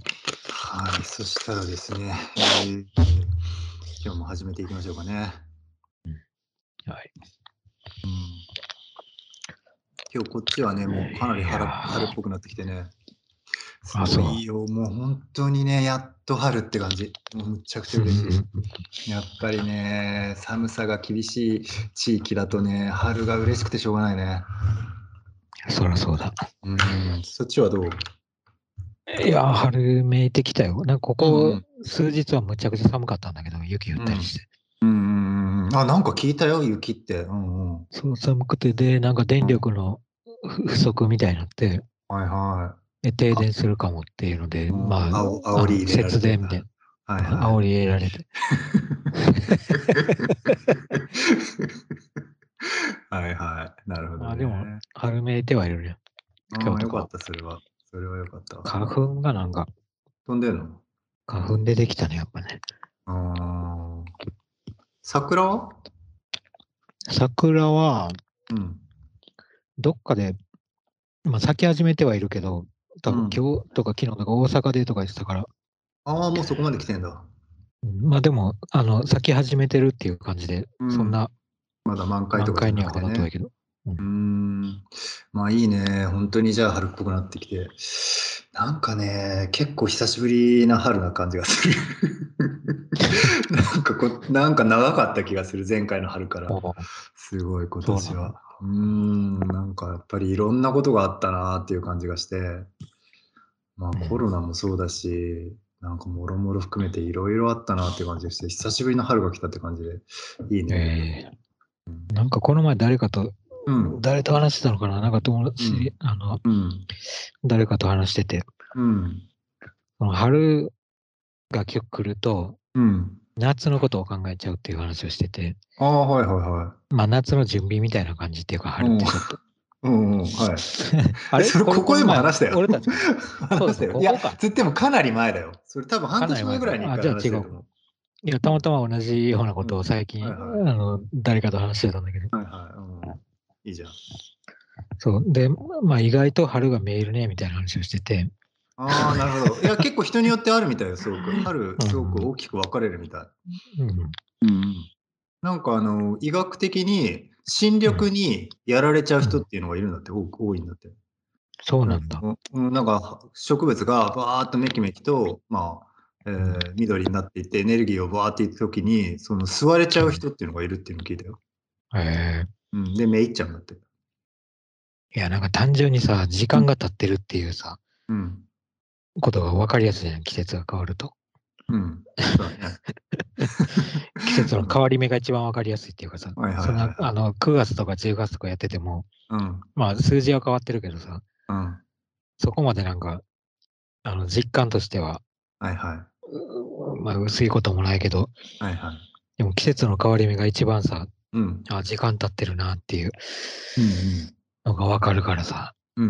はい、そしたらですね、今日も始めていきましょうかね。 うん。はい。 うん。今日こっちはね、もうかなりいや春っー、 ぽくなってきてね、すあ、 ごそう。 いよ、もう本当にね、やっと春って感じ。もうむちゃくちゃうん嬉しい。 うんうん。 やっぱりね、寒さが厳しい地域だとね、春が嬉しくてしょうがないね。 そらそうだ。 うん、そっちはどう？ いやー、春めいてきたよ。なんかここうんうん。 数日はむちゃくちゃ寒かったんだけど、雪降っうん。 たりして。 うんうんうん。あ、なんか聞いたよ、雪って。うんうん。 そう、寒くて、で、なんか電うん。 力の不足みたいになって、 はいはい。 で停電するかもっていうので、 うん、 ま煽り入れられ節てんだ。 電みたいはいな、 はい。 煽り入れられて。 はいはい。なるほどまあでも、 ね。 春めいてはいるね。今ああ、 日とかは。 よかった、それは。それはよかったわ。 花粉がなんか、 飛んでんの？ 花粉でできたね、やっぱね。 ああ。桜は？ 桜は、 うん。 どっかで、まあ、咲き始めてはいるけど、多分うん。 今日とか昨日とか大阪でとか言ってたから、 ああ、もうそこまで来てんだ。 まあでも、咲き始めてるっていう感じで、 うん。 そんなまだ満開とかじゃ満開にはなくてね。 程遠いけど。うん。 まあいいね。本当にじゃあ春っぽくなってきて。なんかね、結構久しぶりな春な感じがする。なんか長かった気がする、前回の春から。 おー、 すごい今そうなの。 年は。なんかやっぱりいろんなことがあったなっていう感じがして、まあコうん。 ロナもそうだし、なんかもろもろ含めていろいろあったなっていう感じがして、久しぶりの春が来たって感じで、いいね。 なんかこの前うん、 誰と話してたのかな、なんか友達、 うん、うん、 誰かと話してて、 うん、 その春が来ると、 うん。 夏のことを考えちゃうっていう話をしてて、 ああ、はいはいはい。 まあ夏の準備みたいな感じっていうか、春っうん。 てちょっと。 うんうん、はい。 あれこれここでもこの前、 話したよ。 俺たちも。そうそう、 話したよ。いや、 ここか。 つってもかなり前だよ。それ多分半かなり年前前か。あ、 ぐらいに一回じゃあ違うか。 話してると思う。 いや、たまたま同じようなことをうん。 最近、 はいはい。 誰かと話してたんだけど。 はいはい。うん。いいじゃん。 そう。で、まあ意外と春が見えるね、みたいな話をしてて。 ああ、なるほど。いや、結構人によってあるみたいよ、すごく。春、 うすごくん。 大きく分かれるみたい。 うん。 うんうん。なんか医学的に新うん。 緑にやられちゃううん。 人っていうのがいるんだって、多いんだって。うんそうなんだ。 なんか植物がバーっとめきめきと、まあ、 うん。 緑になっていってエネルギーをバーっていく時に、その吸われちゃう人っていうのがいるっていうのを聞いたよ。 ええ。 うん、で、めいっちゃうんだって。 いや、なんか単純にさ、時うん、 間が経ってるっていうさ、 うん、 ことが分かりやすいじゃん、季節が変わると。 うん。そうだね。 季節のうん。 変わり目が一番分かりやすいっていうかさ、 はいはいそんな、 はいはい。 9月とか10月とかやってても、 うん、 まあ数字は変わってるけどさ、 うん。 そこまでなんか、実感としては、 はいはい。 まあ薄いこともないけど、 はいはい。 でも季節の変わり目が一番さ、 うん。 あ、時間経ってるなっていううんうん。 のが分かるからさ、 うん。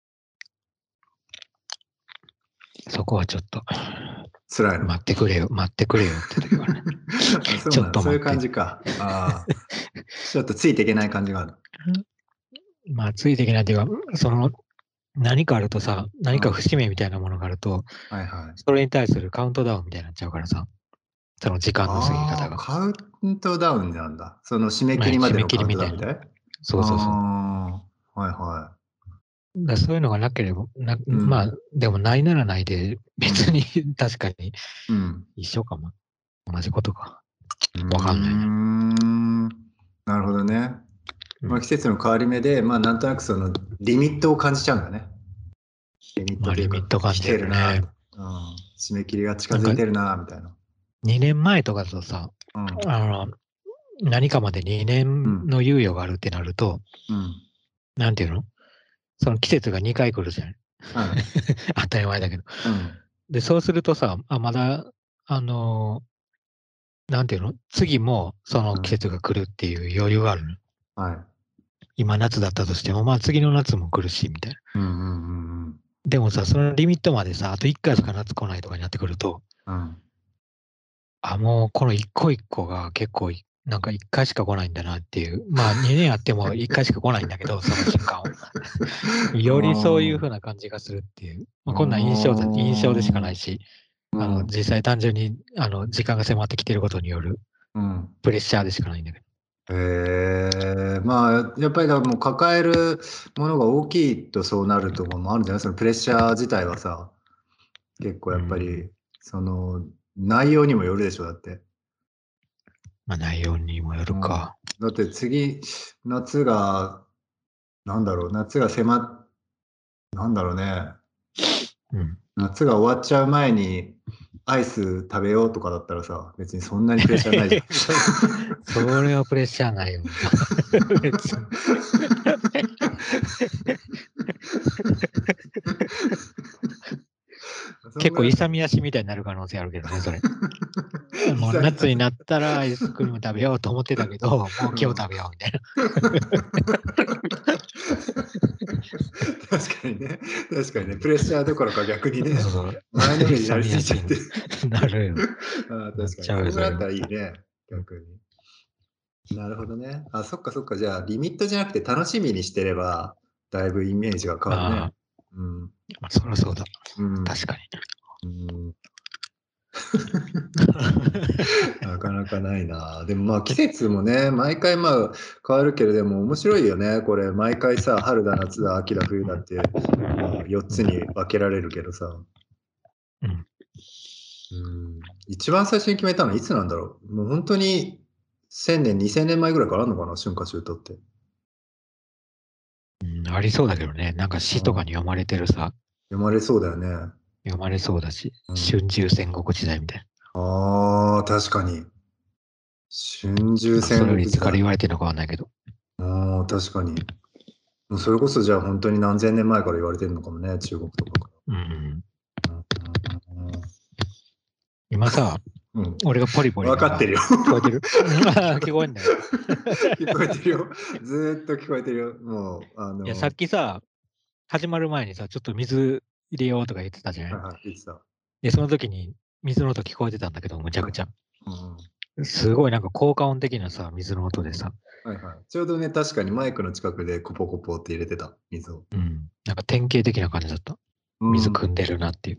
そこはちょっと、 辛いの？ 待ってくれよって時はね、 あ、そうちょっなの、そういうと待って。 感じか。ああ、ちょっとついていけない感じがある。 まあ、ついていけないっていうか、何かあるとさ、何かうん。 節目みたいなものがあると、 はいはい。 それに対するカウントダウンみたいになっちゃうからさ、その時間の過ぎああ、 方が。 カウントダウンなんだ。その締めまあ、 切りま締めでのカウント切りみたいな。 ダウンみたい？あそうそうそう。 あ、はいはそういうのがなければ、 い。うん、 まあ、でもないならないで、 うん、 別に確かにうん。 一緒かも。同じことか。 うーわかんないな。 ん、なるほどね。まあ、 うん。 季節の変わり目で、まあ、なんとなくそのリミットを感じちゃうんだね。リミッまあ、 トというか、 リミット感来てるじるね。 なと。うん、締め切りが近なんか、 づいてるなみたいな。 2年前とかだとさ、 うん、 あの、何かまで2 うん、 年の猶予があるってなると、 うん、 なんていうの、その季節が2回来るじゃん。 はい、 当たり前だけど。 うん、 で、そうするとさ、まだ、なんていうの、次もその季うん、 節が来るっていう余裕があるの。 はい。 今夏だったとしても、まあ次の夏も来るし、みたいな。 うんうんうんうん。 でもさ、そのリミットまでさ、あと1回しか夏来ないとかになってくると、 うん。 もうこの一個一個が結構なんか1回しか来ないんだなっていう。まあ2年あっても1回しか来ないんだけど、その瞬間を。よりそういう風な感じがするっていう。まあ、こんなん印象でしかないし、実際単純に時間が迫ってきてることによるプレッシャーでしかないんだけど。 まあ、やっぱりもう抱えるものが大きいとそうなるところもあるんじゃない？そのプレッシャー自体はさ、結構やっぱり、その、内容にもよるでしょ、だって。 まあ内容にもよるか。 だって次、夏が、なんだろう、なんだろうね。夏が終わっちゃう前にアイス食べようとかだったらさ、別にそんなにプレッシャーないじゃん。 それはプレッシャーないよ。別に結構勇み足みたいになる可能性あるけどね、それ。もう夏になったらアイスクリーム食べようと思ってたけど、もう今日食べようみたいな。 確かにね。確かにね。プレッシャーどころか逆にね、 そう前のめりになりすぎちゃって。 なるよ。 ああ、確かに。それだったらいいね。逆に。なるほどね。あ、そっかそっか。じゃあ、リミットじゃなくて楽しみにしてれば、だいぶイメージが変わるね。 まあ、そりゃそうだ。確かに。 なかなかないな。でもまあ季節もね、毎回まあ変わるけれども面白いよね。これ毎回さ、春だ、夏だ、秋だ、冬だって、まあ、4つに分けられるけどさ。一番最初に決めたのいつなんだろう。もう本当に1000年、2000年前ぐらいからあるのかな、春夏秋冬って。 ありそうだけどね。なんか詩とかに読まれてるさ。 読まれそうだよね。 読まれそうだし、春秋戦国時代みたいな。ああ、確かに。春秋戦国時代。 それよりいつから言われてるのかわかんないけど。 ああ、確かに。もうそれこそじゃあ本当に何千年前から言われてるのかもね、中国とかから。 今さ、俺がポリポリ。 分かってるよ。 聞こえてる聞こえんだよ。 聞こえてるよ。ずっと聞こえてるよ。もう、 いや、さっきさ、始まる前にさ、ちょっと水入れようとか言ってたじゃない？ 言ってた。 で、その時に水の音聞こえてたんだけど、むちゃくちゃ。すごいなんか効果音的なさ、水の音でさ。 ちょうどね、確かにマイクの近くでコポコポって入れてた、水を。 なんか典型的な感じだった。水汲んでるなっていう。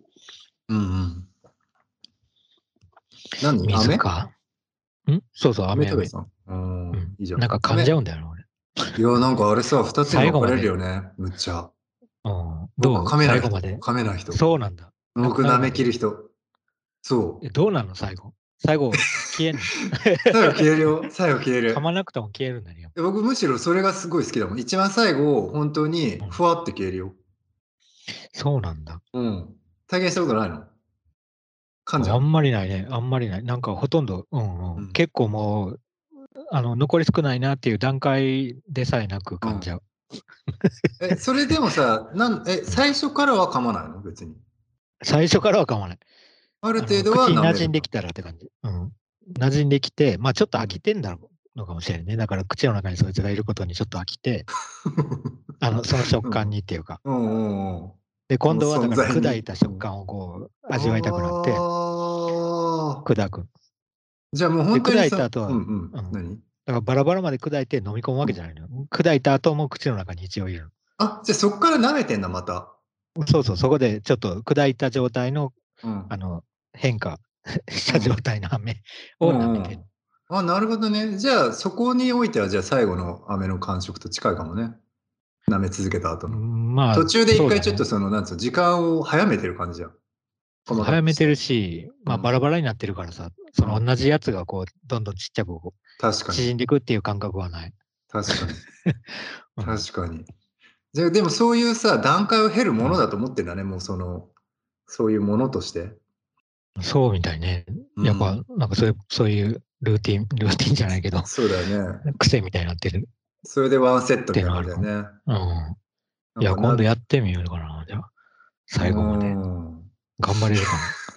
何？ 水か。そうそう、飴。 食べた？いいじゃん。 なんか噛んじゃうんだよな、俺。 いや、なんかあれさ、2つに分かれるよね、むっちゃ。 どう？ 噛めない人。 最後まで。 噛めない人。 そうなんだ。 僕、舐め切る人。そう。 どうなの最後。最後、消えんの？ 最後消えるよ。最後消える。 噛まなくても消えるんだよ。 僕、むしろそれがすごい好きだもん。一番最後、本当に、ふわって消えるよ。 そうなんだ。 体験したことないの？噛んじゃう？ あんまりないね。あんまりない。なんかほとんど、結構もう、残り少ないなっていう段階でさえなく噛んじゃう。 それでもさ、最初からは噛まないの？別に。 最初からは噛まない。 ある程度は口に馴染んできたらって感じ。馴染んできて、まあちょっと飽きてんだろうのかもしれないね。だから口の中にそいつがいることにちょっと飽きて、その食感にっていうか。で、今度はだから砕いた食感をこう味わいたくなって、砕く。 じゃあもう本当に砕いた後は、 何？ だからバラバラまで砕いて飲み込むわけじゃないの。砕いた後も口の中に一応入れる。 あ、じゃあそこから舐めてんだ、また。 そうそう、そこでちょっと砕いた状態の、変化した状態の飴を舐めてる。 あ、なるほどね。じゃあそこにおいては、じゃあ最後の飴の感触と近いかもね。舐め続けた後の。まあ、途中で一回ちょっとなんつうの、時間を早めてる感じじゃん。 早めてるし、まあバラバラになってるからさ、その同じやつがこう、どんどんちっちゃくこう、縮んでいくっていう感覚はない。 確かに。確かに。でもそういうさ、段階を経るものだと思ってんだね、もうそういうものとして。 そうみたいね。やっぱ、なんかそういうルーティンじゃないけど、 そうだよね。 癖みたいになってる。 それでワンセットみたいな感じだよね。 いや、今度やってみようかな、じゃあ。最後まで。頑張れるか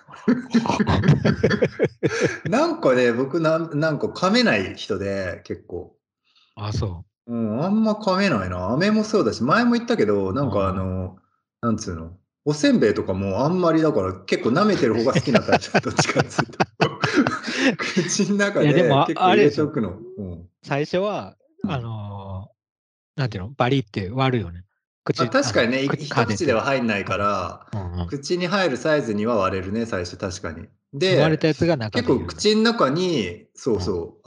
な。なんかね、僕なんか噛めない人で、結構。 あ、そう。 あんま噛めないな。飴もそうだし、前も言ったけど、なんかなんつうの、おせんべいとかもあんまりだから結構舐めてる方が好きなタイプ、どっちかっつうと。 口の中いやでもで結構入れとくの。 最初は、なんていうの、バリって割るよね。 確かにね、一歯で口では入んないから、口に入るサイズには割れるね、最初確かに。 割れたで、 やつが中結構でいる。 口の中に、そうそう、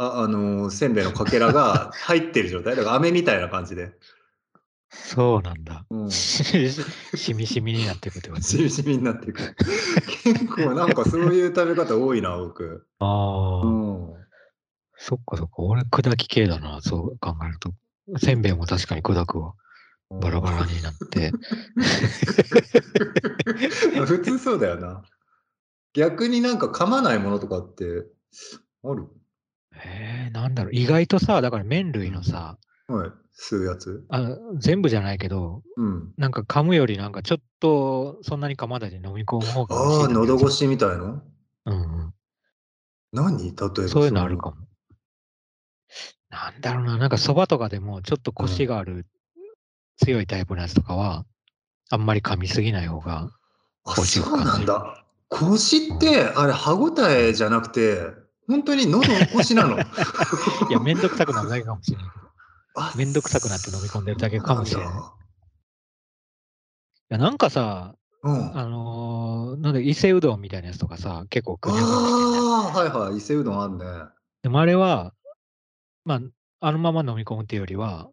せんべいのかけらが入ってる状態。だから飴みたいな感じで。 そうなんだ。しみしみになっていくってことしみしみになっていく。結構なんかそういう食べ方多いな、僕。 ああ。そっかそっか。俺、砕き系だな、そう考えると。せんべいも確かに砕くわ。バラバラになって。 普通そうだよな。逆になんか噛まないものとかってある？ なんだろう。意外とさ、だから麺類のさ、 はい、吸うやつ？ 全部じゃないけど、なんか噛むよりなんかちょっとそんなに噛まないで飲み込む方が美味しい喉越しみたいの？何？例えばそういうのあるかも。なんだろうな、なんかそばとかでもちょっとコシがある強いタイプのやつとかは、あんまり噛みすぎない方が美味しい感じ。 そうなんだ。コシって、あれ歯ごたえじゃなくて、本当に喉越しなの？ いや、めんどくさくなるだけかもしれないけど。めんどくさくなって飲み込んでるだけかもしれない。いや、なんかさ、なんで伊勢うどんみたいなやつとかさ、結構くにゃくにゃしてんね。 はいはい、伊勢うどんあんね。 でもあれは、まあ、あのまま飲み込むっていうよりは、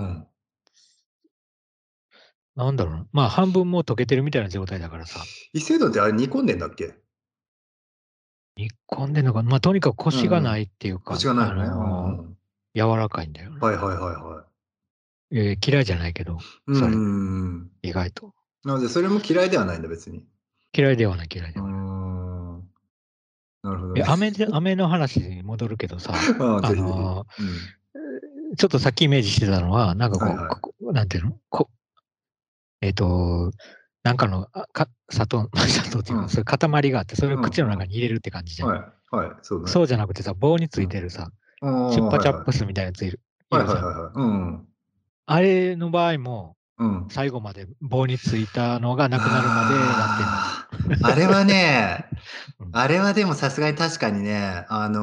なんだろうな。まあ、半分もう溶けてるみたいな状態だからさ。 伊勢うどんってあれ煮込んでんだっけ？ 煮込んでんのかな。まあ、とにかくコシがないっていうか、 コシがないのね。 柔らかいんだよね。 はいはいはいはい。 嫌いじゃないけど、それ。意外と。 なので、それも嫌いではないんだ、別に。 嫌いではない、嫌いではない。 なるほどね。 飴の話に戻るけどさ、ちょっとさっきイメージしてたのは、なんかこう、なんていうのなんかの砂糖っていうか、そういう塊があって、それを口の中に入れるって感じじゃん。そうじゃなくてさ、棒についてるさ、チュッパチャップスみたいなやついるじゃん。あれの場合も、最後まで棒についたのがなくなるまでやってんの。 あれはね、あれはでもさすがに確かにね、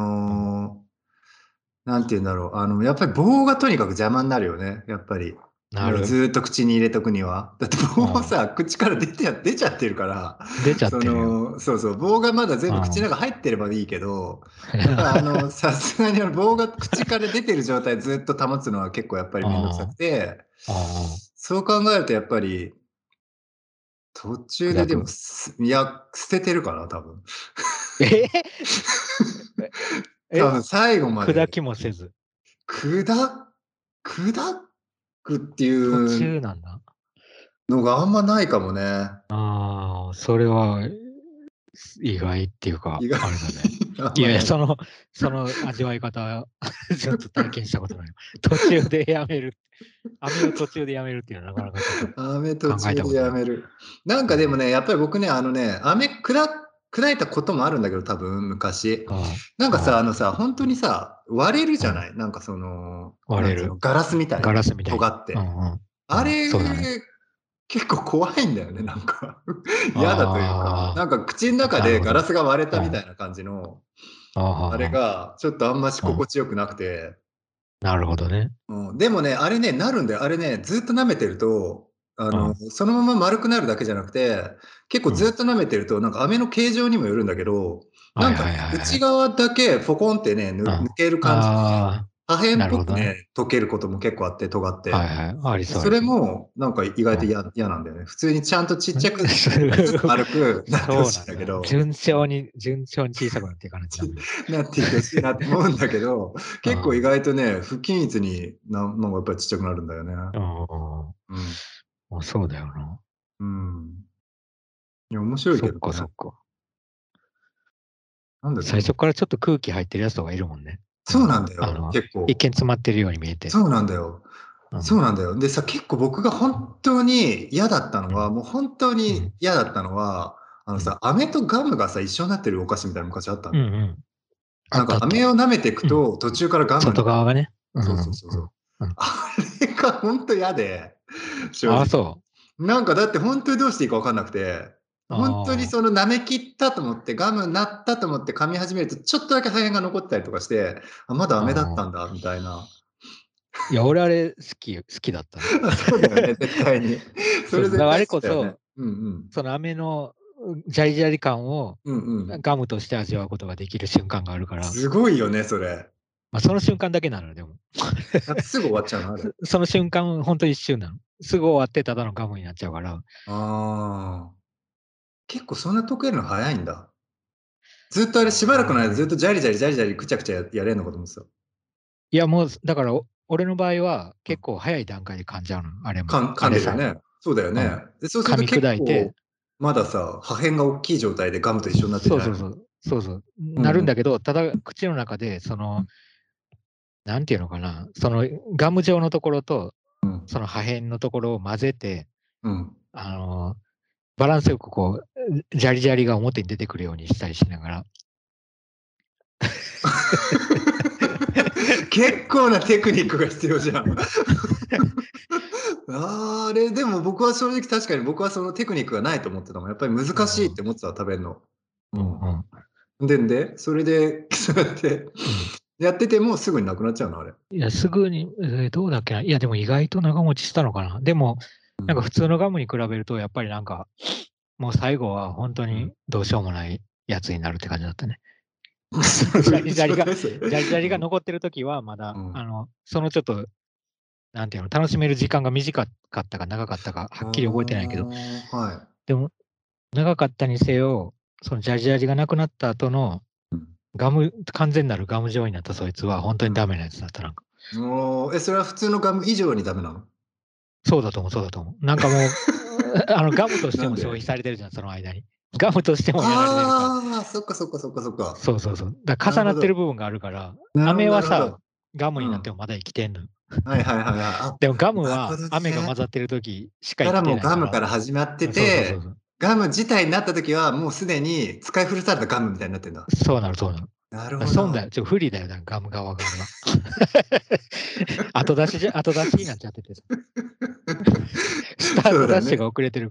なんて言うんだろう、やっぱり棒がとにかく邪魔になるよね、やっぱり。ずっと口に入れとくには。だって棒さ、口から出ちゃってるから、 出ちゃってるよ。 そうそう、棒がまだ全部口の中入ってればいいけど、やっぱりさすがに棒が口から出てる状態ずっと保つのは結構やっぱりめんどくさくて、そう考えるとやっぱり、途中ででも、いや、捨ててるかな、多分。多分最後まで。 砕きもせず。 砕くっていう途中なんだ。 のがあんまないかもね。 ああ、それは意外っていうか、あれだね。いやいや、その味わい方、ちょっと体験したことない。途中でやめる。飴を途中でやめるっていうのはなかなかちょっと飴途中でやめる。なんかでもね、やっぱり僕ね、飴砕いたこともあるんだけど、多分昔。なんかさ、本当にさ、割れるじゃない？なんか割れる。 ガラスみたいに。 ガラスみたいに。 尖って。あれ、結構怖いんだよね、なんか。嫌だというか。なんか口の中でガラスが割れたみたいな感じの、あれが、ちょっとあんまし心地よくなくて。 なるほどね。 でもね、あれね、なるんだよ。あれね、ずっと舐めてると、そのまま丸くなるだけじゃなくて、結構ずっと舐めてると、なんか飴の形状にもよるんだけど、なんか内側だけポコンってね、抜ける感じで、破片っぽくね、溶けることも結構あって、尖って。それも、なんか意外と嫌なんだよね。普通にちゃんとちっちゃく、丸くなってほしいんだけど。 順調に小さくなっていかないとダメなっていってほしいなって思うんだけど、結構意外とね、不均一になんかやっぱりちっちゃくなるんだよね。 そうだよな。 いや、面白いけどね。 そっか。最初からちょっと空気入ってるやつとかいるもんね。 そうなんだよ、結構。 一見詰まってるように見えて。 そうなんだよ。そうなんだよ。でさ、結構僕が本当に嫌だったのは、もう本当に嫌だったのは、飴とガムがさ、一緒になってるお菓子みたいな昔あったの。なんか飴を舐めていくと、途中からガム外側がね。 そう。あれが本当嫌で、正直。 そう。 なんかだって本当にどうしていいか分かんなくて、 本当にその舐め切ったと思って、ガムになったと思って噛み始めると、ちょっとだけ破片が残ったりとかして、あ、まだ飴だったんだみたいな。 いや、俺あれ好きだったの。 そうだよね、絶対に。それ絶対あれこ好きだよね。 そ、その飴のジャリジャリ感をガムとして味わうことができる瞬間があるから。 すごいよね、それ。 その瞬間だけなの、でも。 すぐ終わっちゃうのあれ。 その瞬間、本当一瞬なの。すぐ終わってただのガムになっちゃうから。 結構そんな解けるの早いんだ。ずっとあれしばらくの間ずっとジャリジャリくちゃくちゃやれんのかと思ってた。 いやもう、だから俺の場合は結構早い段階で噛んじゃうの、あれも。 噛んでるよね。そうだよね。でそうすると結構、まださ、破片が大きい状態でガムと一緒になってるじゃない？ そう。なるんだけど、ただ口の中で、なんていうのかな、そのガム状のところと、その破片のところを混ぜて、バランスよくこう、ジャリジャリが表に出てくるようにしたりしながら。 結構なテクニックが必要じゃん。あれ、でも僕は正直確かに僕はそのテクニックがないと思ってたもん。やっぱり難しいって思ってた、食べるの。で、それで、そうやって、やっててもすぐになくなっちゃうの、あれ。 いや、すぐに、どうだっけな。いや、でも意外と長持ちしたのかな。でも、なんか普通のガムに比べると、やっぱりなんか、もう最後は本当にどうしようもないやつになるって感じだったね。ジャリジャリが残ってる時はまだ、そのちょっと、なんていうの、楽しめる時間が短かったか長かったか、はっきり覚えてないけど、でも、長かったにせよ、そのジャリジャリがなくなった後の、完全なるガム状になったそいつは本当にダメなやつだった、なんか。 それは普通のガム以上にダメなの？ そうだと思う。なんかもう、ガムとしても消費されてるじゃん、その間に。ガムとしてもやられてるから。 そっか。 そう。だから重なってる部分があるから、飴はさ、ガムになってもまだ生きてんの。でもガムは飴が混ざってる時しか生きてないから。 ガムから始まってて、ガム自体になった時はもうすでに使い古されたガムみたいになってんだ。 そうなる。 なるほど。 そうだよ。不利だよな、ガム側が。後出しになっちゃっててさ。スタートダッシュが遅れてる。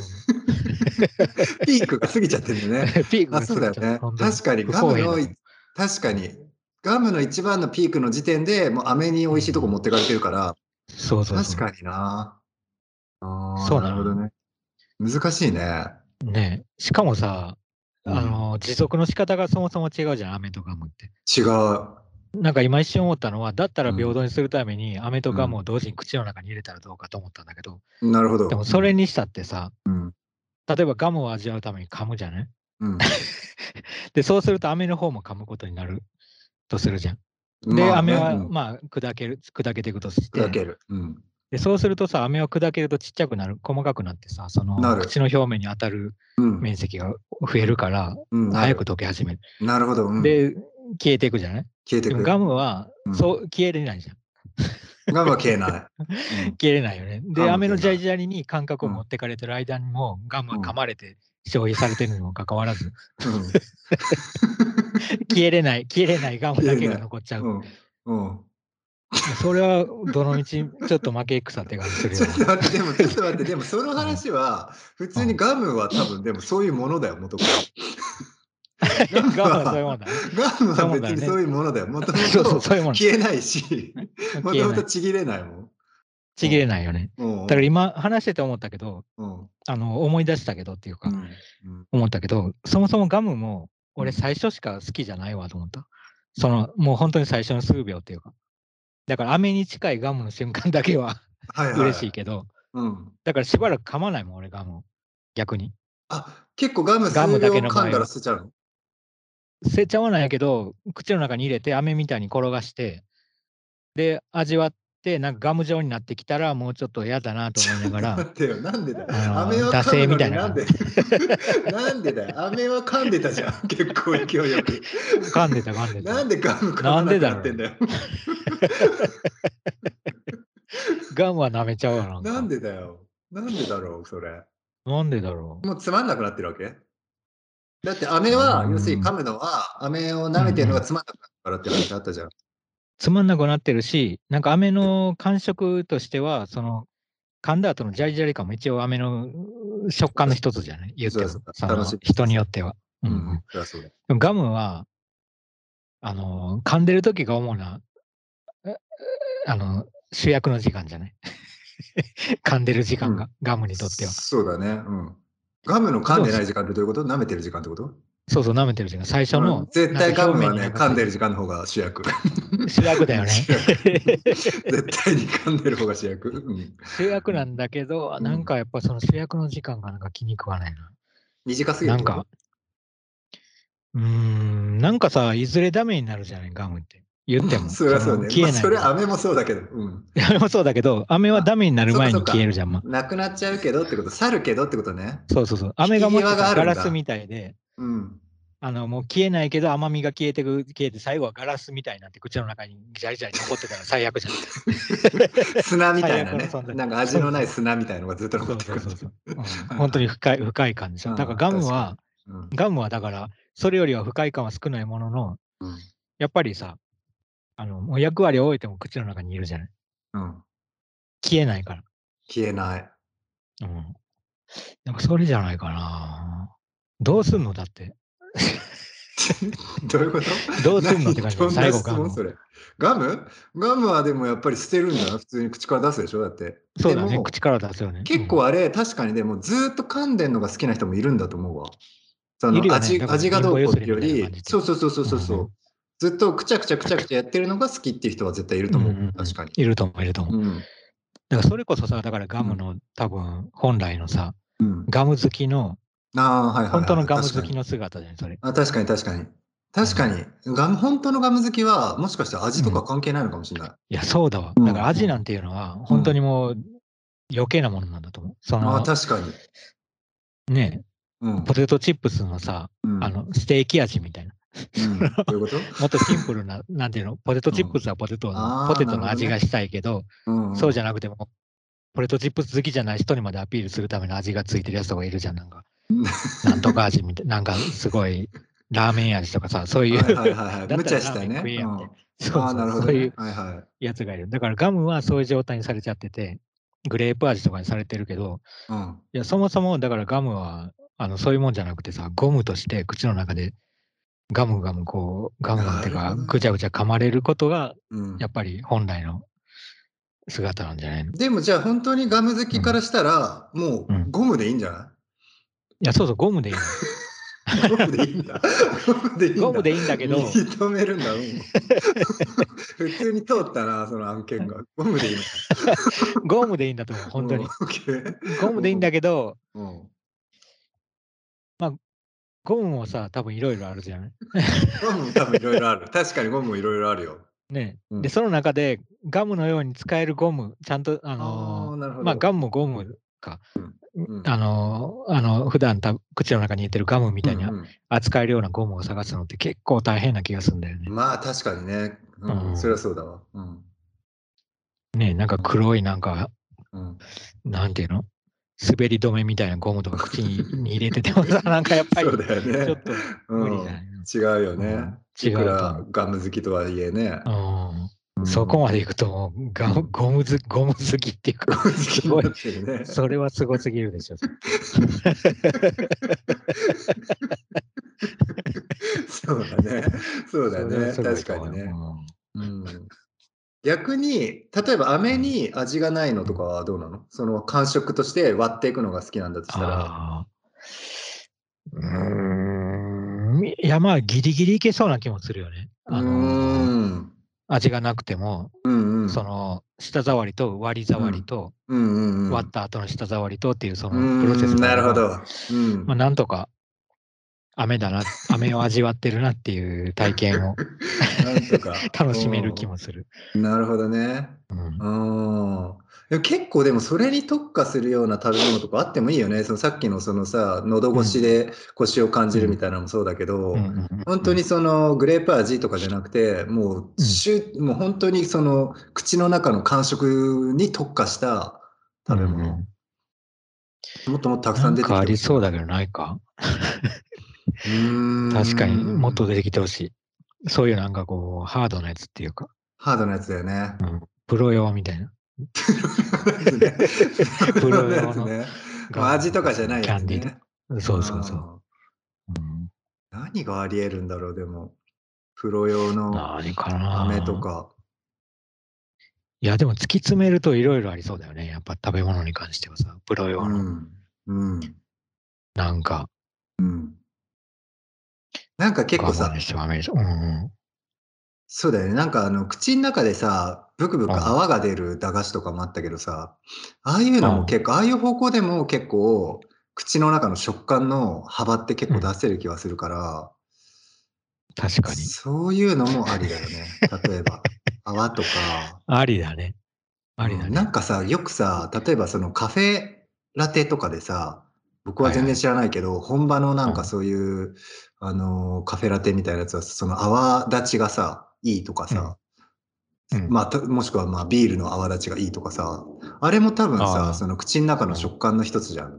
ピークが過ぎちゃってるんだね。 ピークがそうだよね。確かにガムの一番のピークの時点でもう飴に美味しいとこ持ってかれてるから。確かにな。なるほどね。難しいね。 ね、しかもさ、持続の仕方がそもそも違うじゃん、飴とガムって。 違う。 なんか今一瞬思ったのは、だったら平等にするために飴とガムを同時に口の中に入れたらどうかと思ったんだけど。 なるほど。 でもそれにしたってさ、例えばガムを味わうために噛むじゃない？で、そうすると飴の方も噛むことになるとするじゃん。で、飴はまあ砕けていくとして。で、そうするとさ、飴を砕けるとちっちゃくなる、細かくなってさ、その口の表面に当たる面積が増えるから、早く溶け始める。 なるほど。 で、消えていくじゃない？でもガムは、そう消えれないじゃん。 ガムは消えない。 消えれないよね。で、飴のジャリジャリに感覚を持ってかれてる間にも、ガムは噛まれて消費されてるにもかかわらず、消えれないガムだけが残っちゃう。それはどの道ちょっと負け戦って感じするよ。 ちょっと待って、でもその話は普通にガムは多分でもそういうものだよ、元から。ガムはそういうものだね。ガムは別にそういうものだよ。もともと消えないし、もともとちぎれないもん。 ちぎれないよね。だから今話してて思ったけど、思い出したけどっていうか、思ったけど、そもそもガムも俺最初しか好きじゃないわと思った。もう本当に最初の数秒っていうか。だから飴に近いガムの瞬間だけは嬉しいけど、だからしばらく噛まないもん、俺ガムを。逆に。 結構ガム数秒噛んだら捨てちゃうの？ 捨てちゃわないけど、口の中に入れて飴みたいに転がして、で、味わって、なんかガム状になってきたら、もうちょっと嫌だなと思いながら。 待ってよ、なんでだよ。飴は噛むのになんでなんでだよ。飴は噛んでたじゃん、結構勢いよく。 噛んでた。 なんでガム噛まなくなってんだよ。 ガムは舐めちゃうよな。 なんでだよ。なんでだろう、それ。 なんでだろう。 もうつまんなくなってるわけ？だって飴は、要するに噛むのは、飴を舐めてるのがつまんなくなるからって話あったじゃん。 つまんなくなってるし、なんか飴の感触としては、 噛んだ後のジャリジャリ感も一応飴の食感の一つじゃない言っても。人によっては。ガムは、噛んでる時が主な、主役の時間じゃない噛んでる時間が、ガムにとっては。 そうだね。ガムの噛んでない時間ってどういうこと？舐めてる時間ってこと？ そうそう、舐めてる時間。最初の。 絶対ガムはね、噛んでる時間の方が主役。 主役だよね。 絶対に噛んでる方が主役。 主役なんだけど、なんかやっぱその主役の時間がなんか気に食わないな。 短すぎる。 なんか、なんかさ、いずれダメになるじゃない、ガムって。言っても。 それはそうね。消えない。それ飴もそうだけど。 飴もそうだけど、飴はダメになる前に消えるじゃん。 なくなっちゃうけどってこと、去るけどってことね。 そうそうそう。飴がもしガラスみたいで、もう消えないけど甘みが消えて最後はガラスみたいになって口の中にジャリジャリ残ってたら最悪じゃん。 砂みたいなね。なんか味のない砂みたいなのがずっと残ってくる。 本当に深い感じでしょ。だからガムはだからそれよりは不快感は少ないものの、やっぱりさ、もう役割を終えても口の中にいるじゃない。消えないから。 消えない。 なんかそれじゃないかな。どうすんのだって。 どういうこと？ どうすんのって感じで最後ガム。ガムはでもやっぱり捨てるんだな。普通に口から出すでしょだって。 そうだね、口から出すよね。 結構あれ、確かにでもずっと噛んでんのが好きな人もいるんだと思うわ。その味がどうこうっていうより、そう。ずっとくちゃくちゃやってるのが好きっていう人は絶対いると思う。確かに。 いると思う。だからそれこそさ、だからガムの多分本来のさ、ガム好きの、本当のガム好きの姿じゃん、それ。 確かに。本当のガム好きは、もしかしたら味とか関係ないのかもしれない。 いや、そうだわ。だから味なんていうのは、本当にもう余計なものなんだと思う。 確かに。 ねポテトチップスのさ、ステーキ味みたいな。 どういうこと？ もっとシンプルな、なんていうの、ポテトチップスはポテトの味がしたいけど、そうじゃなくても、ポテトチップス好きじゃない人にまでアピールするための味がついてるやつとかいるじゃん、なんか。なんとか味みたいな、なんかすごい、ラーメン味とかさ、そういう。 無茶したね。 そういうやつがいる。だからガムはそういう状態にされちゃってて、グレープ味とかにされてるけど、いや、そもそもだからガムは、そういうもんじゃなくてさ、ゴムとして口の中でガムっていうか、ぐちゃぐちゃ噛まれることが、やっぱり本来の姿なんじゃないの？ でもじゃあ本当にガム好きからしたら、もうゴムでいいんじゃない？ いや、そう、ゴムでいいの。 ゴムでいいんだ。 ゴムでいいんだけど。 認めるんだ。普通に通ったな、その案件が。ゴムでいいの。 ゴムでいいんだと思う、本当に。ゴムでいいんだけど、まあ、ゴムもさ、多分いろいろあるじゃない？ ゴムも多分いろいろある。確かにゴムもいろいろあるよ。 ね。で、その中でガムのように使えるゴム、ちゃんと、ガムもゴムか。普段口の中に入れてるガムみたいに扱えるようなゴムを探すのって結構大変な気がするんだよね。 まあ確かにね。それはそうだわ。 ね、なんか黒いなんか、なんていうの？滑り止めみたいなゴムとか口に入れててもさ、なんかやっぱりちょっと無理じゃない？ 違うよね。いくらガム好きとはいえね。 そこまでいくとゴム好きっていうか、すごい、それはすごすぎるでしょ。 そうだね。確かにね。逆に、例えば飴に味がないのとかはどうなの？その感触として割っていくのが好きなんだとしたら。 いや、まあ、ギリギリいけそうな気もするよね。味がなくても、その舌触りと割り触りと、割った後の舌触りとっていうそのプロセスなるほど。 まあ、なんとか飴を味わってるなっていう体験をなんとか楽しめる気もする。 なるほどね。結構でもそれに特化するような食べ物とかあってもいいよね。そのさっきのそのさ、喉越しでコシを感じるみたいなのもそうだけど、本当にそのグレープ味とかじゃなくて、もう本当にその口の中の感触に特化した食べ物。もっともっとたくさん出てきてほしい。 なんかありそうだけどないか。確かにもっと出てきてほしい。そういうなんかこうハードなやつっていうか。 ハードなやつだよね。 プロ用みたいな。 プロ用の味とかじゃないやつね。 そうそうそう。 何があり得るんだろう、でも。プロ用の何かな。 飴とか。 いや、でも突き詰めるといろいろありそうだよね。やっぱ食べ物に関してはさ、プロ用の。なんか。 なんか結構さ、そうだよね。なんか口の中でさ、ブクブク泡が出る駄菓子とかもあったけどさ、ああいうのも結構、ああいう方向でも結構、口の中の食感の幅って結構出せる気はするから、 確かに。 そういうのもありだよね。例えば、泡とか。 ありだね。ありだね。 なんかさ、よくさ、例えばそのカフェラテとかでさ、僕は全然知らないけど、本場のなんかそういう、カフェラテみたいなやつは、その泡立ちがさ、いいとかさ、まあ、もしくはまあビールの泡立ちがいいとかさ、あれも多分さ、その口の中の食感の一つじゃん。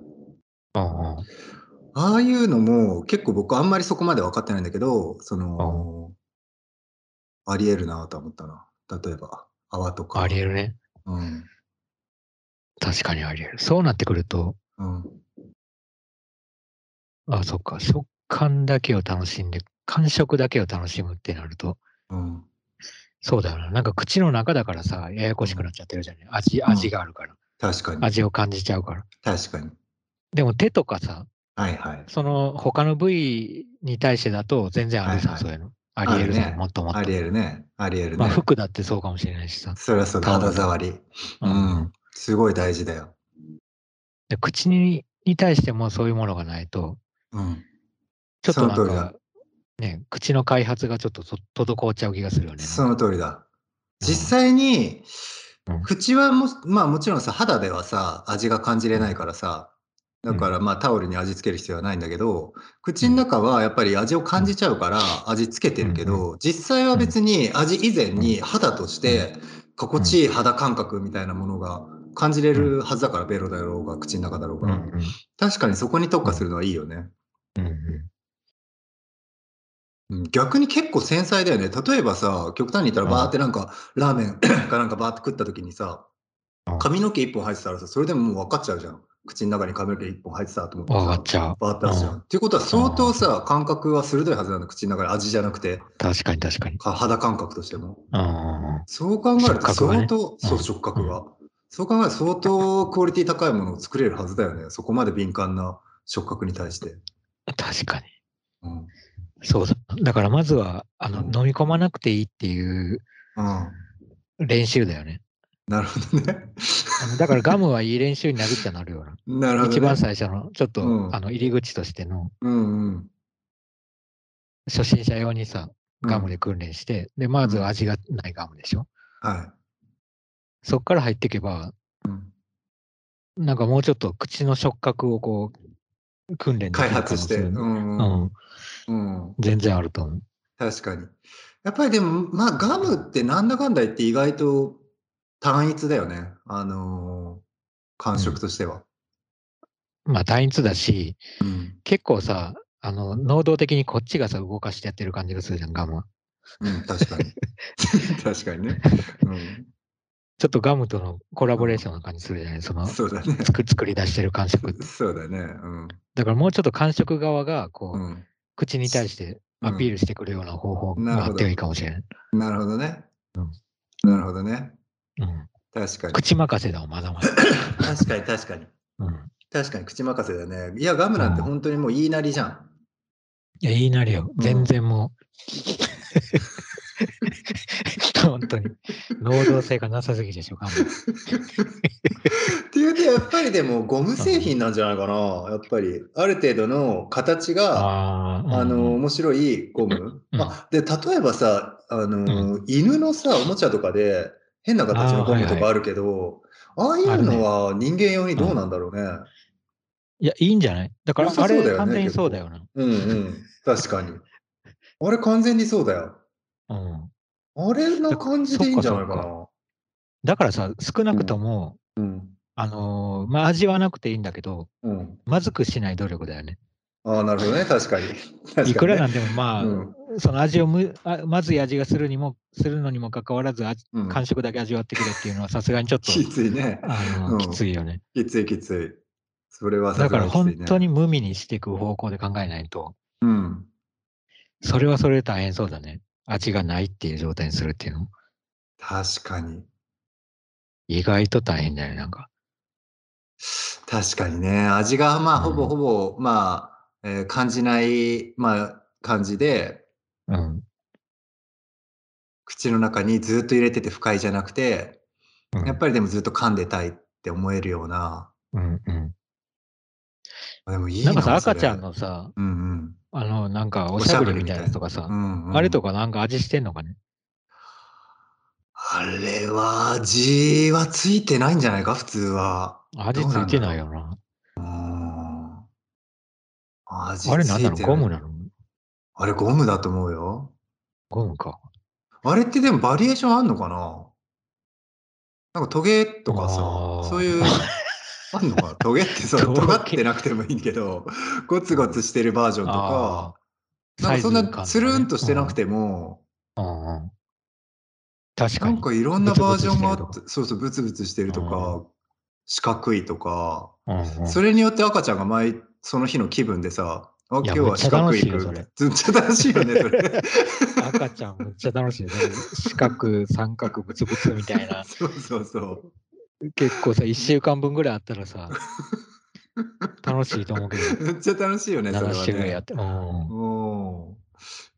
ああいうのも結構僕あんまりそこまで分かってないんだけど、あり得るなと思ったな。例えば、泡とか。 あり得るね。確かにあり得る。そうなってくると、そっか、食感だけを楽しんで、感触だけを楽しむってなると、そうだよな。なんか口の中だからさ、ややこしくなっちゃってるじゃない。味があるから。 確かに。 味を感じちゃうから。 確かに。 でも手とかさ、 はいはい。 その他の部位に対してだと全然あるじゃん、そういうの。あり得るじゃん、もっともっと。 あり得るね。あり得るね。 まあ服だってそうかもしれないしさ。 それはそうだ、肌触り。すごい大事だよ。 で口に対してもそういうものがないと、ちょっとなんか、ね、口の開発がちょっと滞っちゃう気がするよね。 その通りだ。実際に、口はまあもちろんさ、肌ではさ、味が感じれないからさ、だからまあタオルに味付ける必要はないんだけど、口の中はやっぱり味を感じちゃうから味付けてるけど、実際は別に味以前に肌として心地いい肌感覚みたいなものが感じれるはずだから、ベロだろうが口の中だろうが。確かにそこに特化するのはいいよね。逆に結構繊細だよね。例えばさ、極端に言ったらバーってなんか、ラーメンかなんかバーって食った時にさ、髪の毛1本入ってたらさ、それでももう分かっちゃうじゃん。口の中に髪の毛1本入ってたと思ってさ、バーって出すじゃん。っていうことは相当さ、感覚は鋭いはずなんだ、口の中で味じゃなくて。 確かに確かに。 肌感覚としても。そう考えると相当、そう、触覚が。そう考えると相当クオリティ高いものを作れるはずだよね。そこまで敏感な触覚に対して。 確かに。そうだ。だからまずは、飲み込まなくていいっていう練習だよね。 なるほどね。 だからガムはいい練習になるっちゃなるよな。 なるほどね。 一番最初の、ちょっと、入り口としての、初心者用にさ、ガムで訓練して、で、まず味がないガムでしょ。そっから入っていけば、なんかもうちょっと口の触覚をこう、訓練できる可能性全然あると思う。 確かに。やっぱりでも、まあ、ガムってなんだかんだ言って意外と単一だよね。感触としては。 まあ単一だし、結構さ、能動的にこっちがさ、動かしてやってる感じがするじゃん、ガムは。 確かに。確かにね。 ちょっとガムとのコラボレーションな感じするじゃない、 そうだね。 作り出してる感触って。 そうだね。 だからもうちょっと感触側が、こう、口に対してアピールしてくるような方法があってもいいかもしれない。 なるほどね。なるほどね。確かに。 口任せだわ、まだまだ。 確かに確かに。確かに口任せだね。いや、ガムなんて本当にもう言いなりじゃん。 いや、言いなりよ。全然もう。本当に。能動性がなさすぎでしょ、ガム。 っていうと、やっぱりでもゴム製品なんじゃないかな。やっぱり。ある程度の形が、面白いゴム。で、例えばさ、犬のさ、おもちゃとかで変な形のゴムとかあるけど、ああいうのは人間用にどうなんだろうね。 いや、いいんじゃない？だから、あれ完全にそうだよな。 確かに。あれ完全にそうだよ。あれの感じでいいんじゃないかな。 だからさ、少なくとも、まあ、味はなくていいんだけど、まずくしない努力だよね。 なるほどね、確かに。 いくらなんでもまあ、 その味をまずい味がするのにもかかわらず、感触だけ味わってくれっていうのはさすがにちょっときついね。 きついよね。 きついきつい。それはさだからすがにきついね。 本当に無味にしていく方向で考えないと、 うん。 それはそれで大変そうだね。味がないっていう状態にするっていうの。 確かに。 意外と大変だよね、なんか。 確かにね。味がまあ、ほぼほぼ、まあ、感じない、まあ、感じで、 うん。 口の中にずっと入れてて不快じゃなくて、 うん。 やっぱりでもずっと噛んでたいって思えるような。 うんうん。 でもいなんかさ、 いな、それ。 赤ちゃんのさ、 うんうん。 なんかおおしゃしゃぶりみたいなぶりみたいな。 やつとかさ、 うんあれうん。 とかなんか味してんのかね。 あれは味はついてないんじゃないか、普通は。どう味ついてなんだろないよな。 う。味あれなんなのついてない。 ゴムなのあれゴムだと思うよ。 ゴムか。 あれってでもバリエーションあんのかな？なんかトゲとかさ、そああ。 ういうあんのかな？トゲってそう、尖ってなくてもいいんけど、ゴツゴツしてるバージョンとか、 ああ、サイズなんかそんなつるん感とかね。 としてなくても、 うんうん。確かに。 なんかいろんなブツブツバージョしてるとか。 ンがあって、そうそう、ブツブツしてるとうんか、四角いとか、 うんうん。 それによって赤ちゃんがその日の気分でさ、あ、 いや、 今日は四むっちゃ楽角い服、 しいよ、それ。 ずっちゃ楽しいよね、それ。 赤ちゃんむっちゃ楽しいよ。それ四角、三角、ブツブツみたいな。 そうそうそう。 結構さ、1週間分ぐらいあったらさ、楽しいと思うけど、 めっちゃ楽しいよね、それ 7 はね。 種類あって。うん。 うん。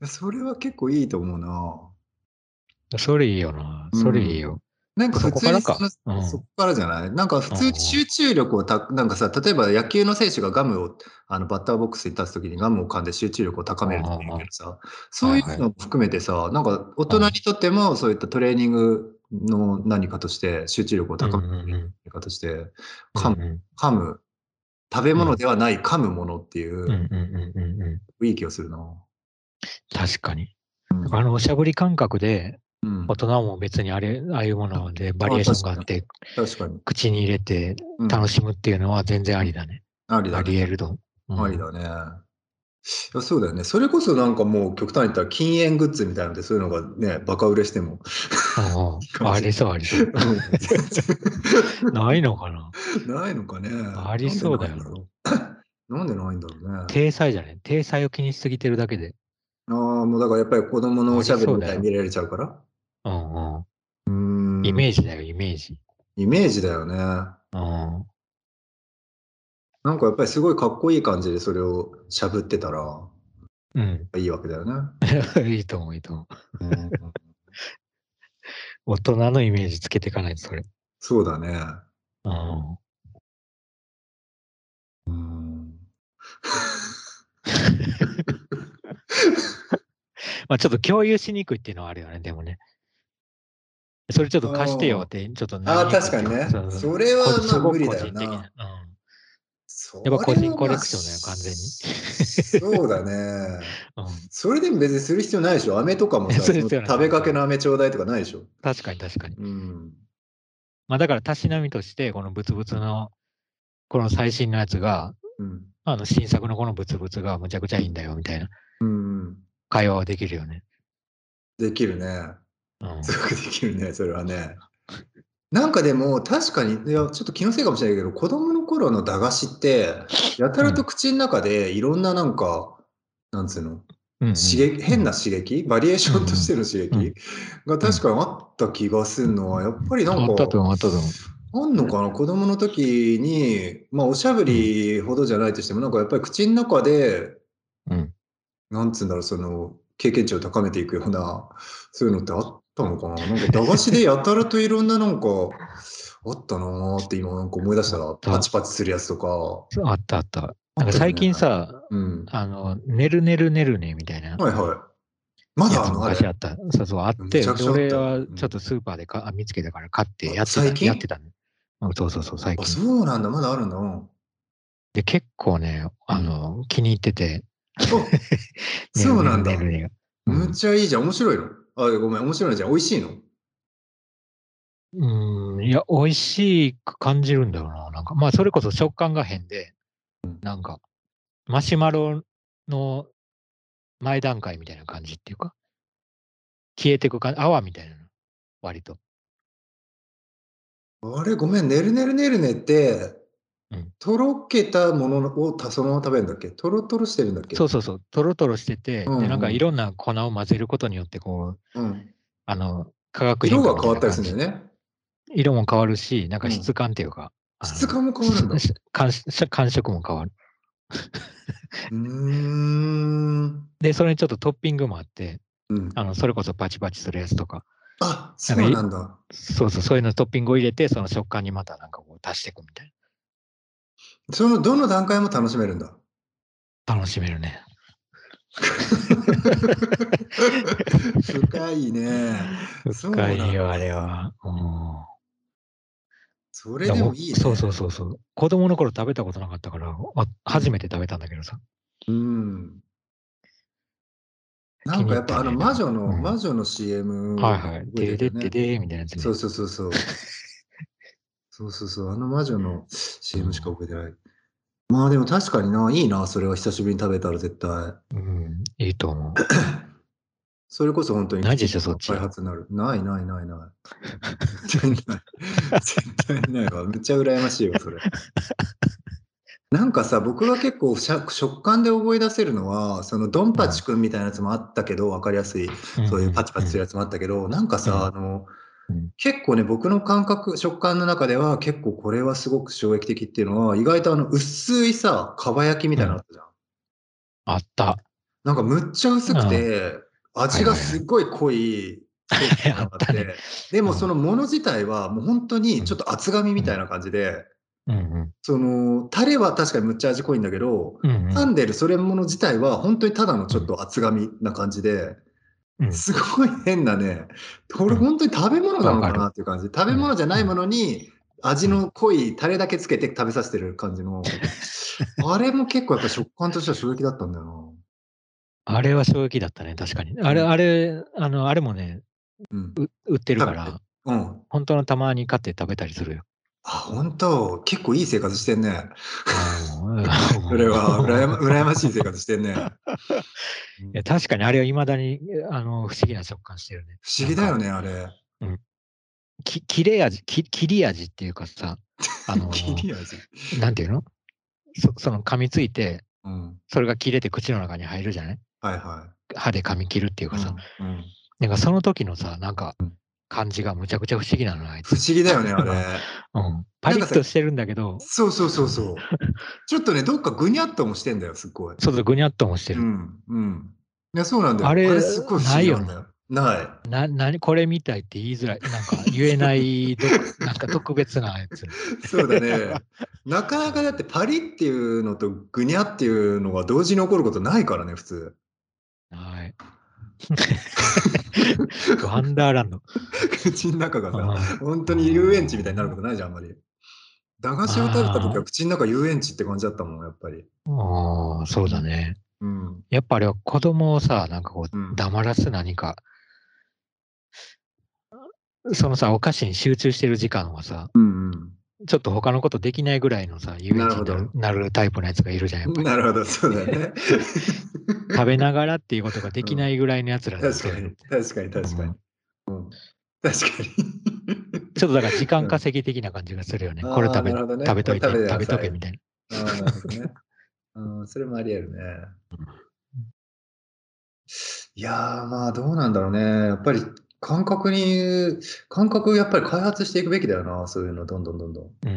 それは結構いいと思うな。 それいいよな。 うそれいいん。 よ。 なんかそ普通にこからか。うん。 そこからじゃない？なんか普うん。 通に集中力をなんかさ、例えば野球の選手がガムを、バッターボックスに立つ時にガムを噛んで集中力を高めるっていうけどさ、そういうはいはい。 のも含めてさ、なんか大人にうん。 とってもそういったトレーニングの何かとして、集中力をうんう高めるん何かとして、 うん。うんうん。 噛む、食べうん。 物ではない噛むものっていううんうんうんうんうん。 いい気がするな。 確かに。 うん。 おしゃぶり感覚で、 うん。 大人も別にああいうものでバリエーション確かに。 があって、 確かに。 口に入れてうん。 楽しむっていうのは全然ありだね。あありだね。 り得ると。うん。 ありだね。いや、そうだよね。それこそなんかもう極端に言ったら禁煙グッズみたいなので、そういうのがね、バカ売れしてもうんうん。 いいかもしれない。 ありそうありそう。 うん、全ないのかな。 然ないのかね。 ありなんでそうだよな。 ないんだろう。なんでないんだろうね。 体裁じゃね。体裁を気にしすぎてるだけで。 ああ、もうだからやっぱり子供のおありしゃべりそうだよ。 みたいに見られちゃうから。 うんうん。 うーイん、 メージだよ、イメージ。 イメージだよね。 うん。 なんかやっぱりすごいかっこいい感じでそれをしゃぶってたらうん。 いいわけだよね。 いいと思う、いいと思う。 うん、 大人のイメージつけていかないと、それ。 そうだね。 うん。 うん。 まあちょっと共有しにくいっていうのはあるよね、でもね。それちょっと貸してよあって、ちょっとなあ、ああ、 りにくいっていうか、 確かにね。 そうそうそれはまあすごく個無理だよ人的な。 な。 うん。やっぱそ個人コれはまあ、 レクションだよ、完全に。 そうだね。 うん。 それでも別にする必要ないでしょ。飴とかもさ、 そうですよね、 食べかけそうですよね。 の飴ちょうだいとかないでしょ。 確かに確かに。 うん。 まあだから、たしなみとして、このブツブツの、この最新のやつが、 うん。 新作のこのブツブツがむちゃくちゃいいんだよ、みたいなうん。 会話はできるよね。 できるね。 うん。 すごくできるね、それはね。なんかでも、確かに、いや、ちょっと気のせいかもしれないけど、子供の頃の駄菓子って、やたらとうん。 口ん中でいろんななんか、なんつうの、 うんうんうん。 変な刺激バリエーションとしての刺激うん。 がうん。 確かにあった気がすんのは、やっぱりなんか、 あったと思う、あったと思う。 あんのかな、子供の時に、まあ、おしゃぶうん。 りほどじゃないとしても、なんかやっぱり口ん中で、 うん。 なんつうんだろう、その、経験値を高めていくような、そういうのってあったのかな。なんか駄菓子でやたらといろんななんか、あったなって今なんか思い出したあっら、パた。 チパチするやつとか、 あったあった。なんか最あったよね。 近さ、 うん。 ねるねるねるねみたいなはいはい。まやつだあんのあれ。 昔あった。そうそう、あって、 むちゃくで、 ちゃあったよ。 俺はうん。 ちょっとスーパーで見つけたから買ってあ、最近？ やってたね。うんそうそうそう、最あ、 近。 そうなんだ、まだあるんだ。うん。 で、結構ね、 うん。 気に入ってて、 あ、 ねるねそうなんだ。 るねるねが。うむっん。 ちゃいいじゃん、面白いの？あ、ごめん、面白いじゃん。美味しいの？ いや、美味しく感じるんだよな。なんか、まあ、それこそ食感が変で、なんか、マシュマロの前段階みたいな感じっていうか、消えてく感じ、泡みたいなの、割と。 あれ、ごめん、ねるねるねるねって、 うん。 とろけたものをそのまま食べるんだっけ？とろとろしてるんだっけ？ そうそうそう、トロトロしてて、で、なんかいろんな粉を混ぜることによって、こう、 うん。 化学変色化みたが変わったりいな感じ。 するんだよね。 色も変わるし、なんか質うん。 感っていうか、 質感も変わるんだ。 感触も変わる。 うーん。 で、それにちょっとトッピングもあって、 うん。 それこそパチパチするやつとか、 あ、 なんかそうなんだ。 そうそう、そういうのトッピングを入れて、その食感にまたなんかこう足していくみたいどの段階も楽しめるんだ。 な。楽しめるね。 深いね。そうなん深いよ、あれだ。 は。 それでもいいね。 そうそうそうそう。子供の頃食べたことなかったから、 うん。 初めて食べたんだけどさ。 うん。な気んかやっぱに入ったね、なんか。 魔女の CM はいはい。 覚えててでってるよね。 でーみたいなやつね。 そうそうそうそう。そうそうそう、あの魔女の CM しか覚えてない。まあでも確かにな、いいな、それは久しぶりに食べたら絶対。 うん、いいと思う。 それこそ本当にないでしょ、 口とか開そっち。 発になる。ないないないない。絶対ない。絶対ないわ。めっちゃ羨ましいわ、それ。なんかさ、僕が結構食感で覚え出せるのは、そのドンうん、 パチくんみたいなやつもあったけど、分かりやすい、 うん、 そういうパチパうん、 チするやつもあったけど、なんかさ、 うん、うん。 結構ね、僕の感覚、食感の中では結構これはすごく衝撃的っていうのは、意外と薄いさ、かば焼きみたいなのあうん、 ったじゃん。 あった。 なんかむっちゃ薄くうん。はて、 い味がはいはい。 すっごい濃いソースみたいなのがあっあったね。 て、でもそうん、 のもの自体はもう本当にちょっうん、 と厚紙みうん、 たいな感じで、 うん、 その、タレは確かにむっちゃ味濃いんだけど、 うん、うん、 噛んでるそれもの自体は本当にただのちょっうん、 と厚紙な感じで、 うん、 すごい変なね、これうん。 本当に食べ物なのかわかる。 なっていう感じ。食べうん、 物じゃないもうん、 のに、味うん。 の濃いタレだけつけて食べさせてる感じの、あれも結構やっぱ食感としては衝撃だったんだよあれは衝撃だったね、確かに。 な。うん。 あれもね、 うん。 売ってる食べて。 から、 うん。 本当のたまに買って食べたりするよ。 あ、本当、結構いい生活してんね。 うん。 それは、羨ましい生活してんね。ういや、 ん。 確かにあれは未だに、不思議な食感してるね。 不思なんか、 議だよね、あれ。 うん、切れ味っていうかさ、 切り味。 なんていうのその噛みついて、 うん。 それが切れて口の中に入るじゃない。 はいはい。 歯で噛み切るっていうかさ。 うん、うん。 なんかその時のさ、なんかうん。 感じがむちゃくちゃ不思議なの、あい不つ。 思議だよね、あれ。 うん。パなんかさ、 リッとしてるんだけど、 そうそううん。 そうそう。ちょっとね、どっかぐにゃっともしてんだよ、すっごい。 そうそう、ぐにゃっともしてる。 うん、うん。いや、そうなんだよ。あれあれ、 すっごい不思ないよな。 議なんだよ。ない。 これみたいって言いづらい。なんか言えないなんか特別なやつ。 そうだね。なかなかだってパリっていうのとぐにゃっていうのが同時に起こることないからね、普通。 はい。ワンダーランド。 口の中がさ、 あ本当に遊園地みたいになるこあ、 とないじゃん、あんまり。駄菓子を食べた時はあ口の中遊園地って感じだったもん、やっぱり。 そううん。 だね。 うん。 やっぱあれは子供をさ、なんかこう、 うん。 黙らす何か、そのさ、お菓子に集中してる時間はさ、 うんうん。 ちょっと他のことできないぐらいのさ、遊園地になるほど。 なるタイプのやつがいるじゃん、やっぱり。 なるほど、そうだよね。 食べながらっていうことができなうん。 いぐらいのやつらだと、 確かに、確かに確かに。 うん、 うん。確かに。 ちょっとだから時間うん。 稼ぎ的な感じがするよね。これああ、なるほどね。これ食べてく食べとださい。 けみたいな。 ああ、なるほどね。うん、それもあり得るね。いやー、まあ、どうなんだろうね。やっぱり感覚やっぱり開発していくべきだよな、そういうのどんどんどんどん。 うん。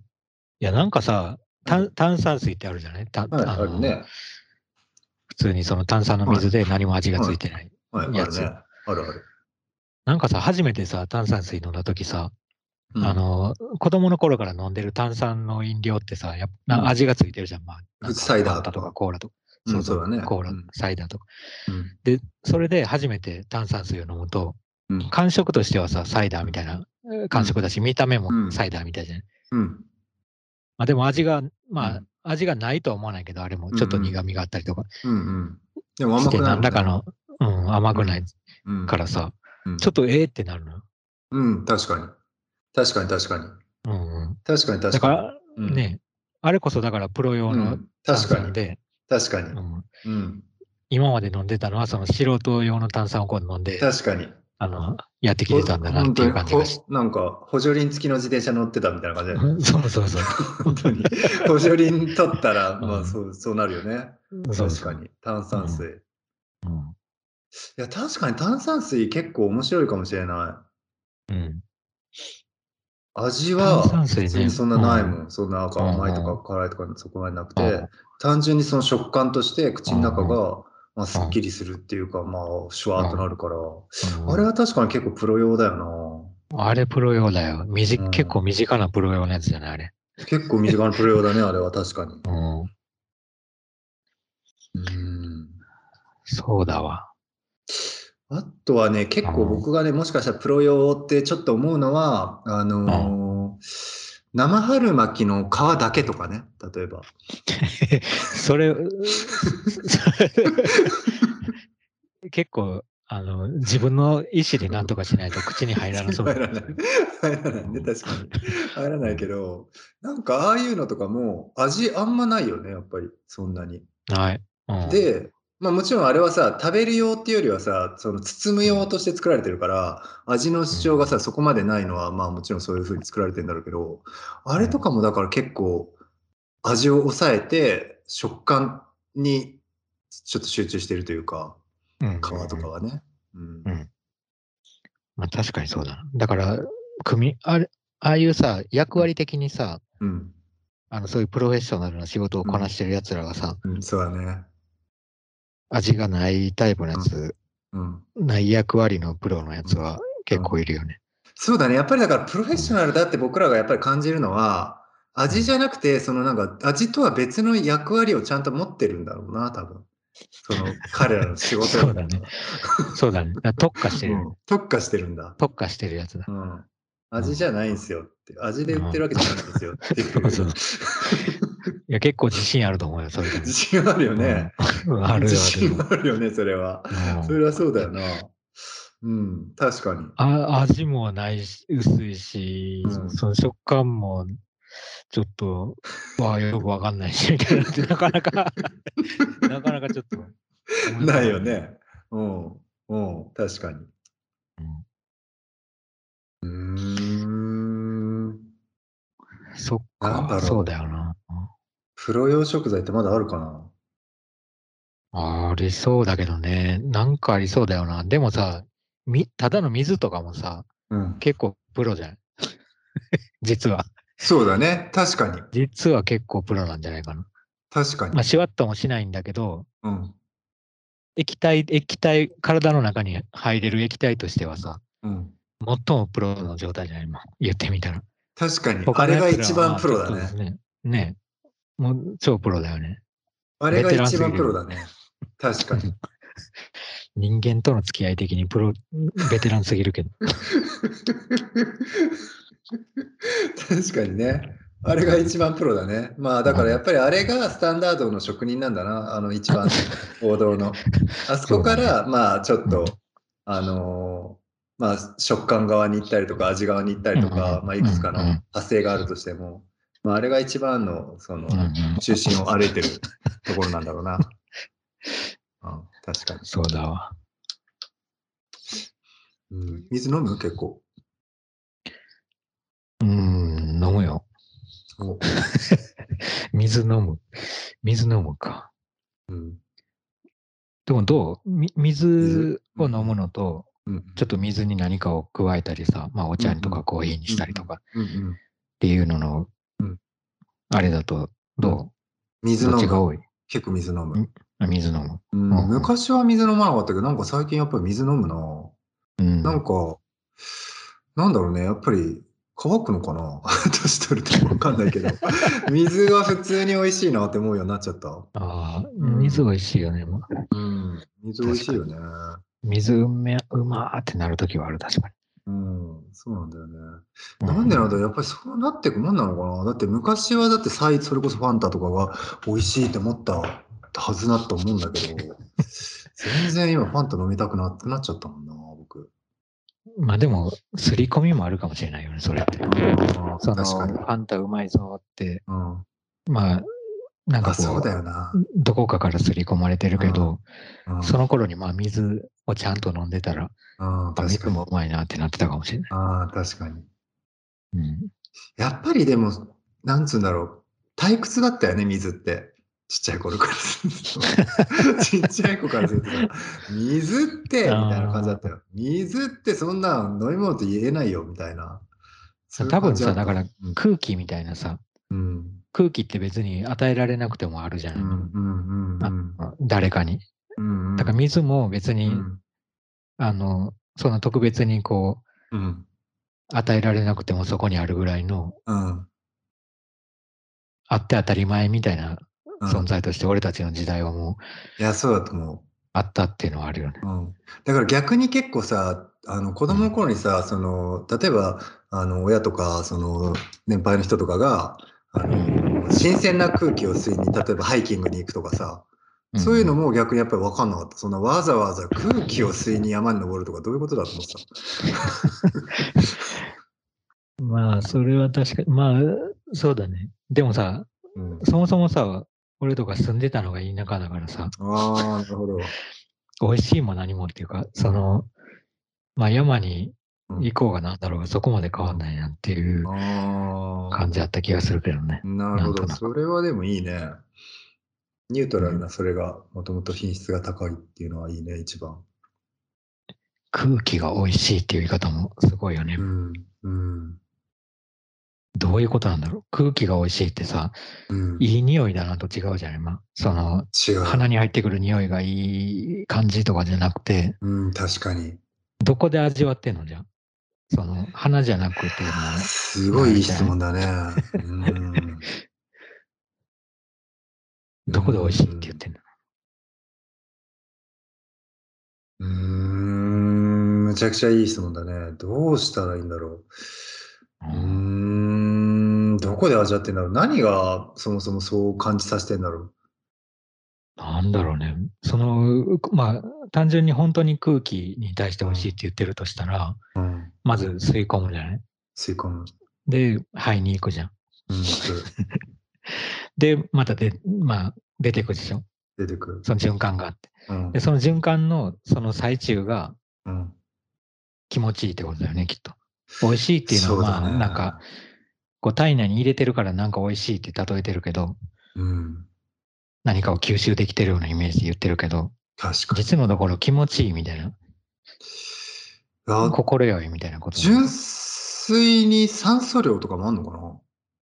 いや、なんかさ、 はい。 炭酸水ってあるじゃないはい、あるね。 普通にその炭酸のはい。 水で何も味がつはい。 いてないはい、あるね。 やつ。 あるある。 なんかさ、初めてさ、炭酸水飲んだ時さ、 うん。 子供の頃から飲んでる炭酸の飲料ってさ、 うん。 味がついてるじゃん。まあ、なんかサイファンタとかダーとか。 コーラとか。 うん、 そうそう、 そうだね。 コーラ、 うん。 サイダーとか。 うん。 で、それで初めて炭酸水を飲むと、 うん。 感触としてはさ、サイダーうん。 みたいなうん。 感触だし、見た目もうん。 サイダーみたいじゃない。 うん。 まあでもうん。 味がないとは思わないけど、あれもうん。 ちょっと苦味があったりとかうんうん。でもして、 甘くないもんね。 何らかの、甘くないうん。うん。 からさ、 うん。 ちょっとってなるのよ。 うん、確かに。確かに確かに。 うんうん。 確かに確かに。 だからうん。 ね、あれこそだからプロ用のうん。 炭確かに。 酸で、 確かに。 うん、 うん。 今まで飲んでたのは、その素人用の炭酸をこう飲んで、 確かに。 やってきてたんだなっていう感じがしなんか、補助輪付きの自転車乗ってたみたいな感じだよね。 そうそうそう。 本当に。補助輪取ったら、まあ、 うんそうなるよね。 そうそう確かに。炭酸水。いうんや、確かに炭酸水結構面白いかもしれない。 うん味炭は普酸水ね。 通にそんなないもん。そんななんか甘いとかうん辛いとかそこまでなくて、 うん単純にその食感として口の中うんが、まあ、すっきりするっていうか、まあ、シュワーっとなるから、あれうんは確かに結構プロ用だよあれプロ用だよ。 な。う結構ん。 身近なプロ用のやつじゃないあれ。 結構身近なプロ用だね、あれは確かに。 うん。 うん。 そうだわ。 あとはね、結構うん僕がね、もしかしたらプロ用ってちょっと思うのは、 うん生春巻きの皮だけとかね、例えば。 それ、結構、自分の意思で何とかしないと口に入らなそうだよ。 入らない。入らないね、確かに。入らないけど、なんかああいうのとかも味あんまないよね、やっぱり、そんなに。 はい。うん。 で、まあもちろんあれはさ、食べる用っていうよりはさ、その包む用として作られてるから、味の主張がさ、そこまでないのは、まあもちろんそういう風に作られてるんだろうけど、あれとかもだから結構味を抑えて、食感にちょっと集中してるというか、 うん。 皮とかはね。うん。 うん。まあ確かにそうだな。だから、ああいうさ、役割的にさ、 うん。 そういうプロフェッショナルな仕事をうん。 こなしてる奴らがさ、 うん、そうだね。 味がないタイプのやうん。 つ、 うん。 ない役割のプロのやうん。 つは結構いるよね。 そうだね。やっぱりだからプロフェッショうん。 ナルだって僕らがやっぱり感じるのは、味じうん。 ゃなくて、そのなんか味とは別の役割をちゃんと持ってるんだろうな、多分。その彼らの仕事そうだね。 が。 そうだね。特化してるよね。 うん、特化してるんだ。 特化してるやつだ。 うん。 うん。 味じゃないんすよって。味で売ってるうん。 わけじゃないんですよってそうそう。 いう。 いや、結構自信あると思うよ、それでも。 自信あるようん。 ね。 あ自るある。 信あるよね、それは。 うん。 それはそうだよな。うん、確かに。 味もないし、薄いし、 うん。 その食感もちょっと、よくわかんないし、みたいなって、なかなかなかなかちょっと思い浮かないばないよね。 よね。うん。うん、確かに。 うん、 うーん。 そっなんか、そうだだろう。 よな。 プロ用食材ってまだあるかな？ ありそうだけどね。なんかありそうだよな。でもさ、ただの水とかもさ、 うん。 結構プロじゃない実は。 そうだね。確かに。 実は結構プロなんじゃないかな。 確かに。 まあ、シュワッともしないんだけど、 うん。 液体、体の中に入れる液体としてはさ、 うん。 最もプロの状態じゃない、今言ってみたら。 確かに。あ他のれやつらはが一番まあちょっプロだね。 とですね、ね、もう超プロだよね。 あれベテランが一番すぎるよね。 プロだね。確かに。 人間との付き合い的にベテランすぎるけど。 確かにね。あれが一番プロだね。まあだからやっぱりあれがスタンダードの職人なんだな。一番王道の。あそこそうだね。 からまあちょっうん。 と、まあ食感側に行ったりとか味側に行ったりうんとか、まあいうんくつかのうん派生があるとしても、まああれが一番のそのうんうん中心を歩いてるところなんだろうな。うん、確かに。 そうだわ。 うん、水飲む結構。 飲むよ。 お、 水飲む。水飲むか。 うん、 でもどう水。 水を飲むうんのと、 うんうんちょっと水に何かを加えたりさ、まあお茶とかうんうんコーヒーにうんしたりとかっうんうんていうのの、 うんあれだと、 うん。水どっ飲む。 ちが多い結構水飲む。 水飲む。 うん、 うん昔は水飲まなかったけど、なんか最近やっぱり水飲むな。 うん。 なんか、なんだろうね、やっぱり乾くのかな年取るとわかんないけど、水は普通に美味しいなって思うようになっちゃった。 ああ、 うん。 水美味しいよね。 うん。水美味確かに。 しいよね。 水うまーってなるときはある、確かうん、そうなんだよね。 に。うなんでなんだろう、 ん。 やっぱりそうなってくもんなのかな。だって昔はだってそれこそファンタとかが美味しいって思ったはずだと思うんだけど、全然今ファンタ飲みたくなくなっちゃったもんな、僕。 まあでも、刷り込みもあるかもしれないよね、それって。 ああ、 その、 確かに。 ファンタうまいぞって、 うん。 まあ、 なんかそうこだよな。 う、どこかから刷り込まれてるけど、 うんその頃にまあ水をちゃんと飲んでたら、 確かに。 水もうまいなってなってたかもしれない。 ああ、確かに。 うん。 やっぱりでも、なんつうんだろう、退屈だったよね、水って。ちっちゃい頃からすると。ちっちゃい子からするとさ、水ってみたいな感じだったあよ。水ってそんな飲み物と言えないよみたいな、そういう多分さ、 感じだった。 だから空気みたいなさ、 うん。 空気って別に与えられなくてもあるじゃないの。 うんうんうんうん。 誰かに。 うんうん。 だから水も別に、 うんその特別にこうん。 う、与えられなくてもそこにあるぐらいの、 うん。 あって当たり前みたいなうん。 存在として俺たちの時代はもういや、そうだと思あったっていうのはあるよね。 う。うん。だから逆に結構さ、子供のうん。 頃にさ、例えば、親とか、年配の人とかが、 うん。 新鮮な空気を吸いに、例えばハイキングに行くとかさ、 うんそういうのも逆にやっぱり分かんなかった。そんなわざわざ空気を吸いに山に登るとかどういうことだと思ってた。 まあ、それは確かに、まあ、そうだね。でもさ、 うん。 そもそもさ、俺とか住んでたのが田舎だからさ、 ああ、なるほど。 美味しいも何もっていうか、まあ山にうん。 行こうがなんだろうがそこまで変わんないなっていうあ感じあった気がするけどね。 あ、なるほど。 なんとなく。 それはでもいいね。ニュートうん、 ラルなそれがもともと品質が高いっていうのはいいね、一番。 空気が美味しいっていう言い方もすごいよね。 うん、うん、 どういうことなんだろう。空気が美味しいってさ、 うん。 いい匂いだなと違うじゃないまあ、 違う。 鼻に入ってくる匂いがいい感じとかじゃなくて、 うん、確かに。 どこで味わってんのじゃん。鼻じゃなくても、 すごいいいあれじゃない質問だね。うん、うどこで美味しいって言っん、 てんの。 むちゃくちゃいい質問だね。どうしたらいいんだろう。どこで味わってんだろう。何がそもそもそう感じさせてんだろう。 なんだろうね。まあ、単純に本当に空気に対して美味しいって言ってるとしたら、 うん、 まず吸い込むじゃない吸い込む。 で、肺に行くじゃん。 うん、行く。 で、またまあ、出てくでしょ。 出てくる。 その循環があって。で、 うん、 その循環のその最中がうん。 気持ちいいってことだよね、きっと。美味しいっていうのはそうだまあ、なんか、 ね。 こう体内に入れてるからなんか美味しいって例えてるけど、 うん、 何かを吸収できてるようなイメージで言ってるけど、 確かに。 実のところ気持ちいいみたいな、 あ、 心よいみたいなことなの純か。 粋に酸素量とかもあんのかな？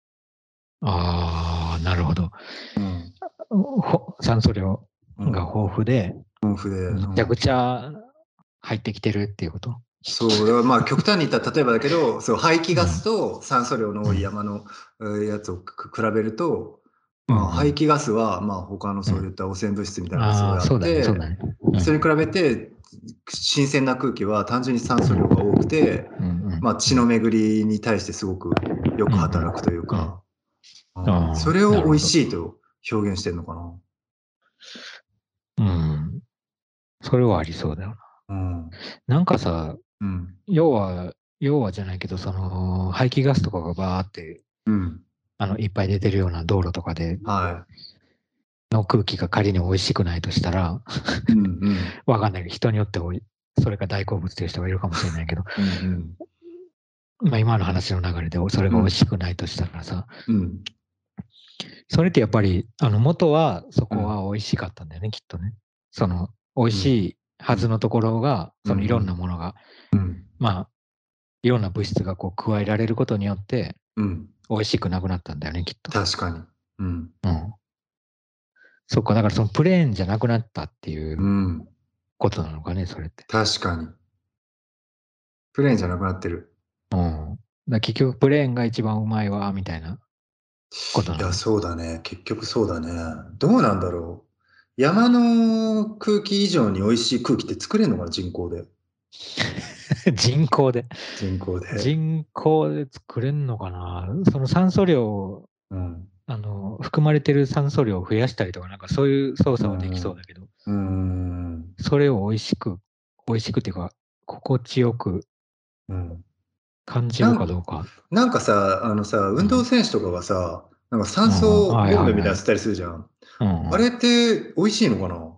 ああ、なるほど。 うん、 酸素量がうん。 豊富で、 豊富で、 むちゃくちゃ入ってきてるっていうこと。 そう、だからまあ極端に言ったら例えばだけど、そう、排気ガスうん。 と酸素量の多いうん。 山の、やつを比べると、まあ、排うん。 気ガスは、まあ、他のうん。 そういった汚染物質みたいなのがすああ、 ごいあそうだね、そうって、 だね。うん。 それに比べて、新鮮な空気は単純に酸素量が多くて、 うん。うん。 まあ、血の巡りに対してすごくようん。 くうん。 働くといううん。 か、そああ、 れを美味なるほど。 しいと表現してるのかな。 うん。それはありそうだようん。 な。なんかさ、 うん。 要はじゃないけど、排気ガスとかがバーって、 うん。 いっぱい出てるような道路とかではの空気が仮に美味しくないとしたら、 い。うんうん。 わかんないけど、人によってそれが大好物という人がいるかもしれないけど、 うんうん。 まあ今の話の流れでそれが美味うん。 しくないとしたらさ、 うん。 それってやっぱり、元はそこうん。 は美味しかったんだよね、きっとね。美味しうん。 いはずのところが、 うん。 いろんなものが、 うん。 まあ、いろんな物質がこう加えられることによって、 うん。 美味しくなくなったんだよね、きっと。 確かに。うん。 うん。そっか、だからそのプレーンじゃなくなったっていううん。 ことなのかね、それって。 確かに。プレーンじゃなくなってる。 うん。結局プレーンが一番うまいわ、みたいなこといや、 なの。 そうだね。結局そうだね。どうなんだろう。山の空気以上に美味しい空気って作れるのかな、人工で。 人工で。 人工で。 人工で作れんのかな。その酸素量、 うん。 含まれてる酸素量を増やしたりとか、なんかそういう操う作はできそうん。 だけど、 うん。 それを美味しくっていうか、心地よくうん。 感じるかなんどうか。 なんかさ、運動うん。 選手とかがさ、 なんか酸素ボンベみたいな吸ったりするじゃん。あれって美味しいのかな？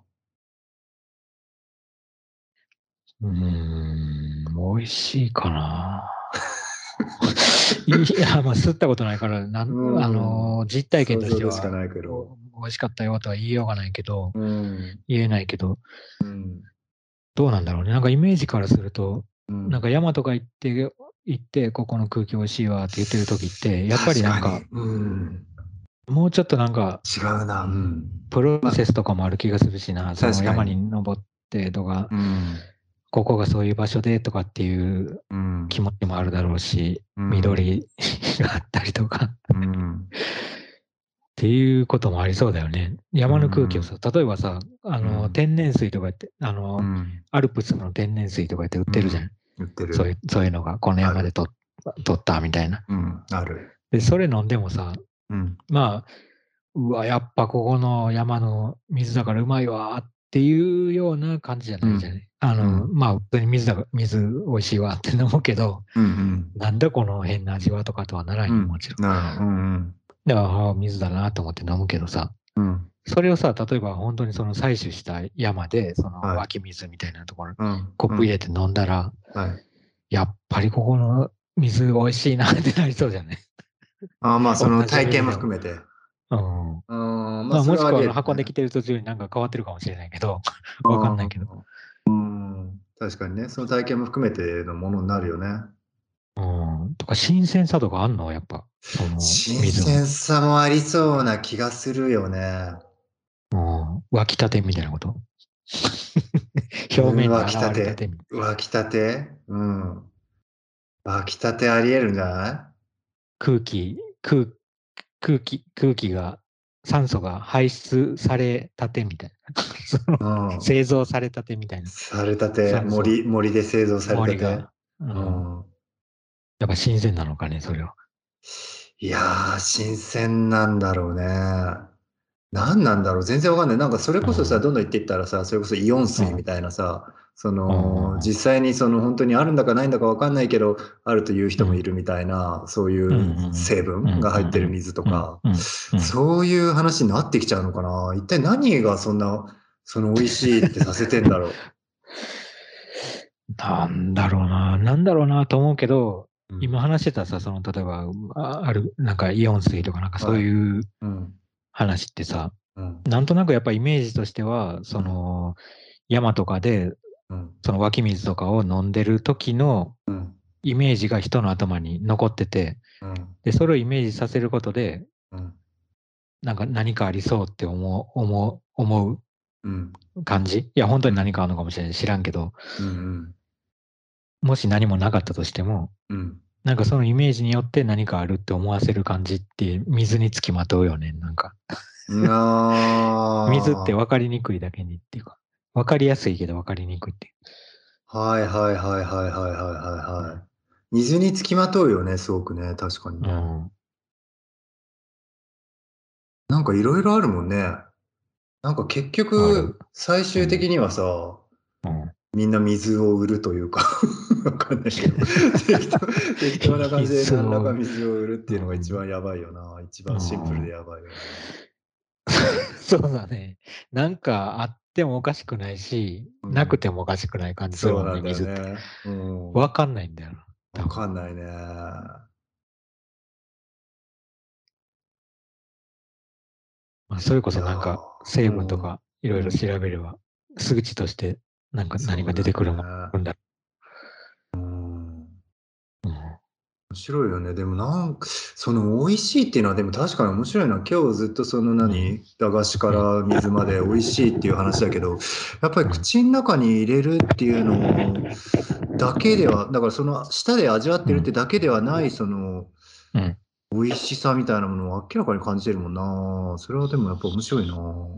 美味しいかな。いや、まあ、吸ったことないから、実体験としては、美味しかったよとは言いようがないけど、言えないけど、どうなんだろうね。なんかイメージからすると、なんか山とか行って、ここの空気美味しいわって言ってる時って、やっぱりなんか、もうちょっとなんか、 違うな、 プロセスとかもある気がするしな、その山に登ってとか、ここがそういう場所でとかっていう気持ちもあるだろうし、緑があったりとかっていうこともありそうだよね。山の空気をさ、例えばさ、天然水とか言って、アルプスの天然水とか言って売ってるじゃん。 売ってる。 そういうのが、この山で取ったみたいな。 ある。 で、それ飲んでもさ、まあ、うわ、やっぱここの山の水だからうまいわっていうような感じじゃないじゃない。まあ、普通に水美味しいわって思うけど、なんだこの変な味はとかとはならんよ、もちろん。だから、水だなと思って飲むけどさ、それをさ、例えば本当にその採取した山で、その湧き水みたいなところ、コップ入れて飲んだら、やっぱりここの水美味しいなってなりそうじゃない。 まあ、その体験も含めて。 まあ、もしくは運んできてる途中になんか変わってるかもしれないけど、わかんないけど。 確かにね、その体験も含めてのものになるよね。 とか新鮮さとかあんのやっぱ。 新鮮さもありそうな気がするよね。 湧きたてみたいなこと表面に現れたてみたいな。 湧きたて湧きたてありえるんじゃない？ 空気が、酸素が排出されたてみたいな。製造されたてみたいな。 されたて、森で製造されたて。 森が。やっぱ新鮮なのかね、それは。 いやー、新鮮なんだろうね。何なんだろう、全然わかんない。なんかそれこそさ、どんどん言っていったらさ、それこそイオン水みたいなさ、実際に本当にあるんだかないんだかわかんないけど、あるという人もいるみたいな、そういう成分が入ってる水とか、そういう話になってきちゃうのかな。一体何がその美味しいってさせてんだろう。 なんだろうなと思うけど、今話してたさ、例えば、なんかイオン水とかなんかそういう話ってさ、なんとなくやっぱイメージとしては、山とかで、その湧き水とかを飲んでる時のイメージが人の頭に残ってて、で、それをイメージさせることで、なんか何かありそうって思う感じ。いや、本当に何かあるのかもしれない。知らんけど、もし何もなかったとしても、なんかそのイメージによって何かあるって思わせる感じって水につきまとうよね、なんか。水って分かりにくいだけにっていうか、分かりやすいけど分かりにくいっていう。 はいはいはいはいはいはいはいはい。水につきまとうよね、すごくね、確かにね。なんかいろいろあるもんね。なんか結局、最終的にはさ、みんな水を売るというかわかんないけど、適当な感じで何らか水を売るっていうのが一番やばいよな。一番シンプルでやばいよな。 そうだね。なんかあってもおかしくないし、なくてもおかしくない感じするもんね、水って。わかんないんだよな。 わかんないね。 それこそなんか成分とかいろいろ調べれば、数値として何か出てくるもんだ。 面白いよね。でも美味しいっていうのはでも確かに面白いな。今日ずっと駄菓子から水まで美味しいっていう話だけど、やっぱり口の中に入れるっていうのだけでは、だから舌で味わってるってだけではない、美味しさみたいなものを明らかに感じてるもんな。それはでもやっぱ面白いな。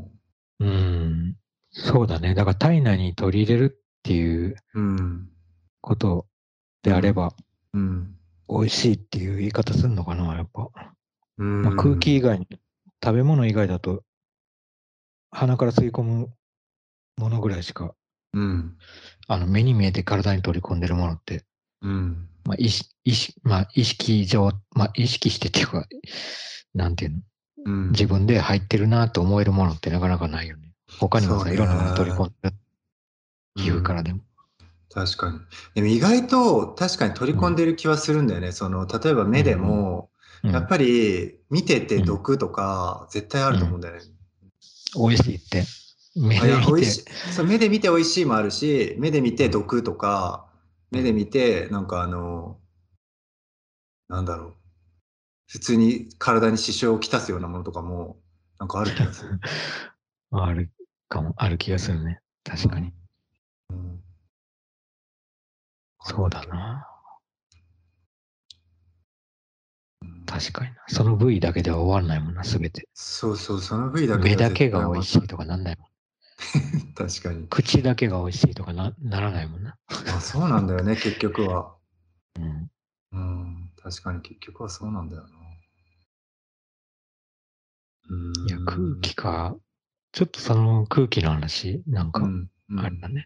そうだね。だから体内に取り入れるっていうことであれば、美味しいっていう言い方するのかな、やっぱ。空気以外に、食べ物以外だと、鼻から吸い込むものぐらいしか、目に見えて体に取り込んでるものって、意識してっていうか、 なんていうの、自分で入ってるなと思えるものってなかなかないよね。他にもさ、いろんなもの取り込んで皮膚からでも。 確かに。でも意外と確かに取り込んでる気はするんだよね。例えば目でも、やっぱり見てて毒とか絶対あると思うんだよね。 美味しいって。目で見て。 そう、目で見て美味しいもあるし、目で見て毒とか、目で見て、なんかなんだろう。普通に体に支障をきたすようなものとかも、なんかある気がする。 あるかも、ある気がするね。確かに。そうだな。確かにな。その部位だけでは終わらないもんな、すべて。 そうそう、その部位だけで目だは絶対けが美味しいとかなんないもん。 確かに。 口だけが美味しいとかならないもんな。 あ、そうなんだよね、結局は。 うん。 確かに結局はそうなんだよな。 いや、空気か。ちょっとその空気の話、なんか、あれだね。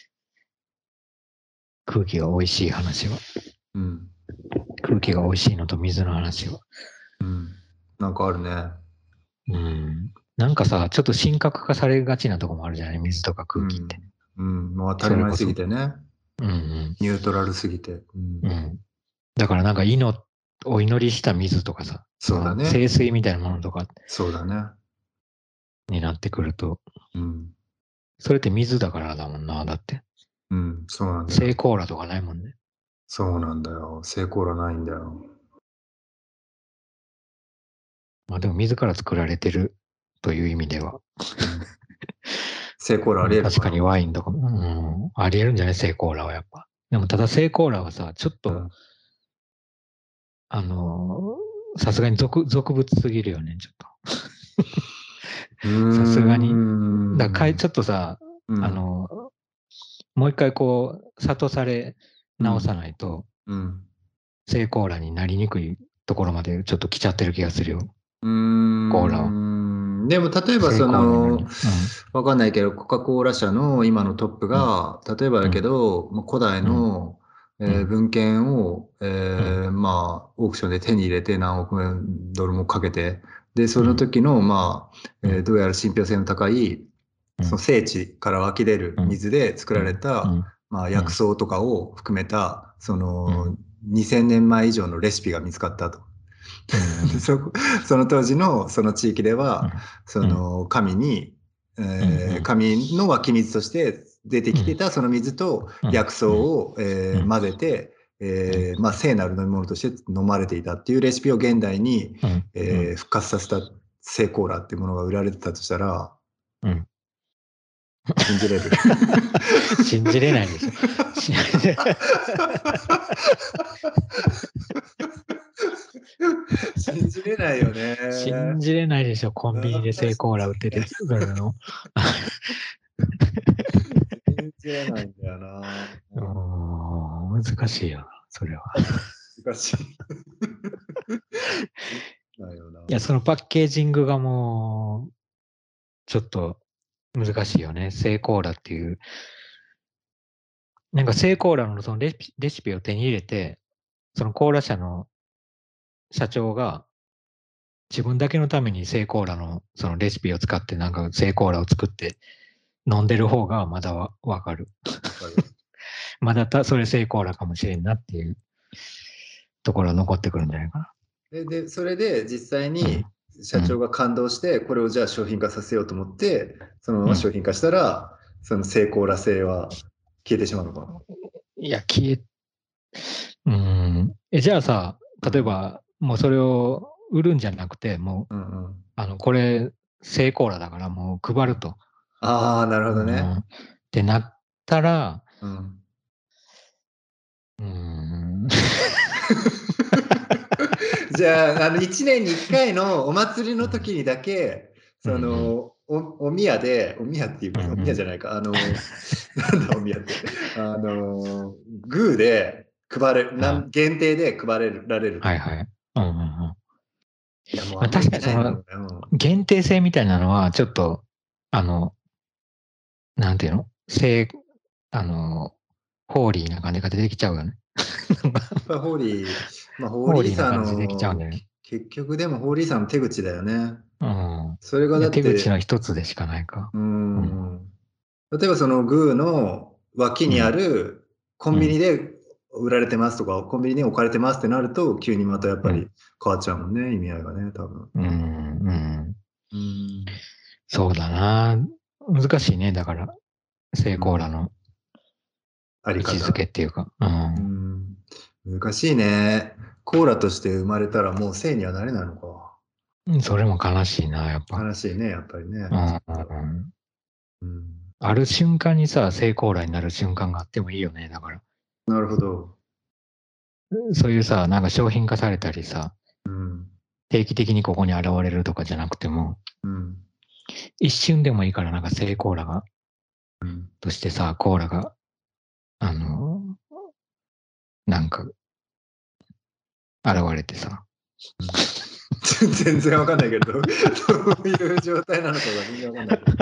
空気が美味しい話は。空気が美味しいのと水の話は。 なんかあるね。 なんかさ、ちょっと神格化されがちなとこもあるじゃない、水とか空気って。 もう当たり前すぎてね。ニュートラルすぎて。 だからなんかお祈りした水とかさ、 そうだね。 聖水みたいなものとか、 そうだね。 になってくると、それって水だからだもんな、だって。 そうなんだよ。 聖コーラとかないもんね。 そうなんだよ。聖コーラないんだよ。 まあでも水から作られてるという意味では。 聖コーラあり得る確かにワインとかも、あり得るんじゃない聖コーラはやっぱ。でもただ聖コーラはさ、ちょっと、さすがに俗物すぎるよね、ちょっと。さすがに。だからちょっとさ、もう一回こう、諭され直さないと、聖コーラになりにくいところまでちょっと来ちゃってる気がするよ。コーラは。 でも例えばわかんないけど、コカ・コーラ社の今のトップが、例えばだけど、古代の文献を、まあ、オークションで手に入れて何億円ドルもかけて、で、その時の、まあ、どうやら信憑性の高い、その聖地から湧き出る水で作られた、まあ、薬草とかを含めた、2000年前以上のレシピが見つかったと。その当時のその地域では、神の湧き水として出てきてたその水と薬草を、混ぜて、まあ、聖なる飲み物として飲まれていたっていうレシピを現代に、復活させた聖コーラっていうものが売られてたとしたら、信じれる信じれないでしょ。 信じれないよね。 信じれないでしょ、コンビニで聖コーラ売ってて、それの。 信じれないんだよな。 難しいよな、それは。 難しい。 いや、そのパッケージングがもう、ちょっと難しいよね。聖コーラっていう。なんか聖コーラのそのレシピを手に入れて、そのコーラ社の社長が自分だけのために聖コーラのそのレシピを使ってなんか聖コーラを作って飲んでる方がまだわかる。まだそれ聖コーラかもしれんなっていうところは残ってくるんじゃないかな。 で、それで実際に社長が感動して、これをじゃあ商品化させようと思って、そのまま商品化したら、その聖コーラ性は消えてしまうのかな。 いや、じゃあさ、例えば、もうそれを売るんじゃなくて、もう、これ、聖コーラだからもう配ると。 ああ、なるほどね。 ってなったら、 じゃあ、1年に1回のお祭りの時にだけ、お宮で、お宮っていうか、お宮じゃないか、なんだお宮って、グーで配れる、限定で配られる。 はいはい。いやもう確かにその限定性みたいなのは、ちょっと、なんていうのホーリーな感じが出てきちゃうよね。 ホーリー、まあ、 ホーリーな感じでできちゃうんだよね。 結局でも、ホーリーさんの手口だよね。 うん。 それがだって、 手口の一つでしかないか。 例えばそのグーの脇にあるコンビニで売られてますとか、コンビニに置かれてますってなると、急にまたやっぱり変わっちゃうもんね、意味合いがね、多分。 そうだな。難しいね、だから、聖コーラの位置づけっていうか。 難しいね。コーラとして生まれたらもう聖にはなれないのか。 それも悲しいな、やっぱ。 悲しいね、やっぱりね。 ある瞬間にさ、聖コーラになる瞬間があってもいいよね、だから。 なるほど。 そういうさ、なんか商品化されたりさ、定期的にここに現れるとかじゃなくても、一瞬でもいいからなんか聖コーラが、としてさ、コーラが、なんか、現れてさ。 全然わかんないけど、どういう状態なのかがみんなわかんないけど。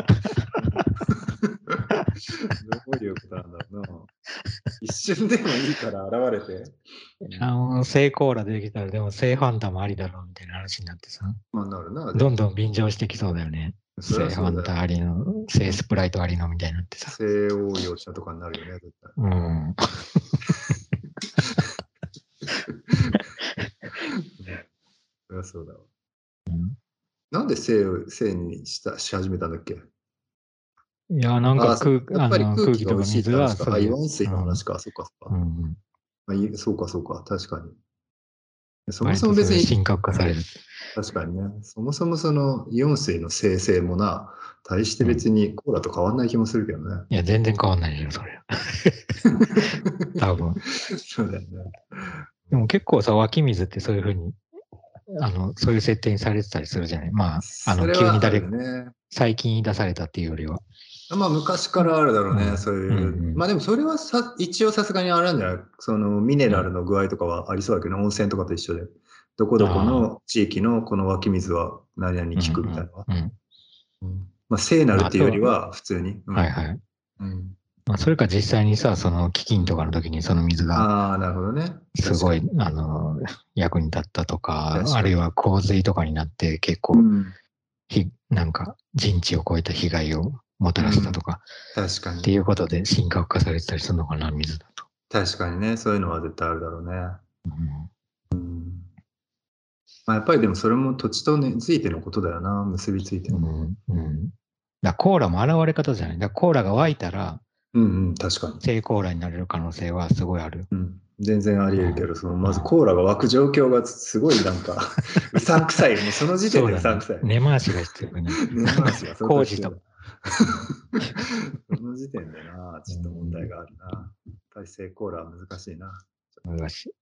どういうことなんだろうな。一瞬でもいいから現れて。 聖コーラできたら、でも聖ファンタもありだろうみたいな話になってさ。 まあ、なるな。 どんどん便乗してきそうだよね。聖ファンタありの、聖スプライトありのみたいになってさ。 聖応用茶とかになるよね、絶対。そりゃそうだわ。なんで聖にし始めたんだっけ？ いや、なんかやっぱり空気とか水は、イオン水の話か、そうか、そうか。そうか、確かに。そもそも別に、 神格化される。 確かにね、そもそもそのイオン水の生成もな、大して別にコーラと変わんない気もするけどね。 いや、全然変わんないよ、それ。多分。 そうだよね。 でも結構さ、湧き水ってそういうふうに、そういう設定にされてたりするじゃない。まあ、急に最近言い出されたっていうよりは。 まあ、昔からあるだろうね、そういう。まあでもそれは一応さすがにあるんじゃない？そのミネラルの具合とかはありそうだけど、温泉とかと一緒で。どこどこの地域のこの湧き水は何々に効くみたいな。まあ、聖なるっていうよりは普通に。 はいはい。まあ、それか実際にさ、その飢饉とかの時にその水が、 なるほどね。 すごい、役に立ったとか、あるいは洪水とかになって結構、なんか人知を超えた被害をもたらしたとか、 確かに。 っていうことで神格化されてたりするのかな、水だと。 確かにね、そういうのは絶対あるだろうね。まあ、やっぱりでもそれも土地とついてのことだよな、結びついてる。 だコーラも現れ方じゃない。だコーラが湧いたら、 確かに。 聖コーラになれる可能性はすごいある。 全然あり得るけど、そのまずコーラが湧く状況がすごいなんか、うさんくさいよね。その時点でうさんくさい。 根回しが必要になる。 根回しが工事と。 その時点でな、ちょっと問題があるな。やっぱり聖コーラは難しいな。 難しい。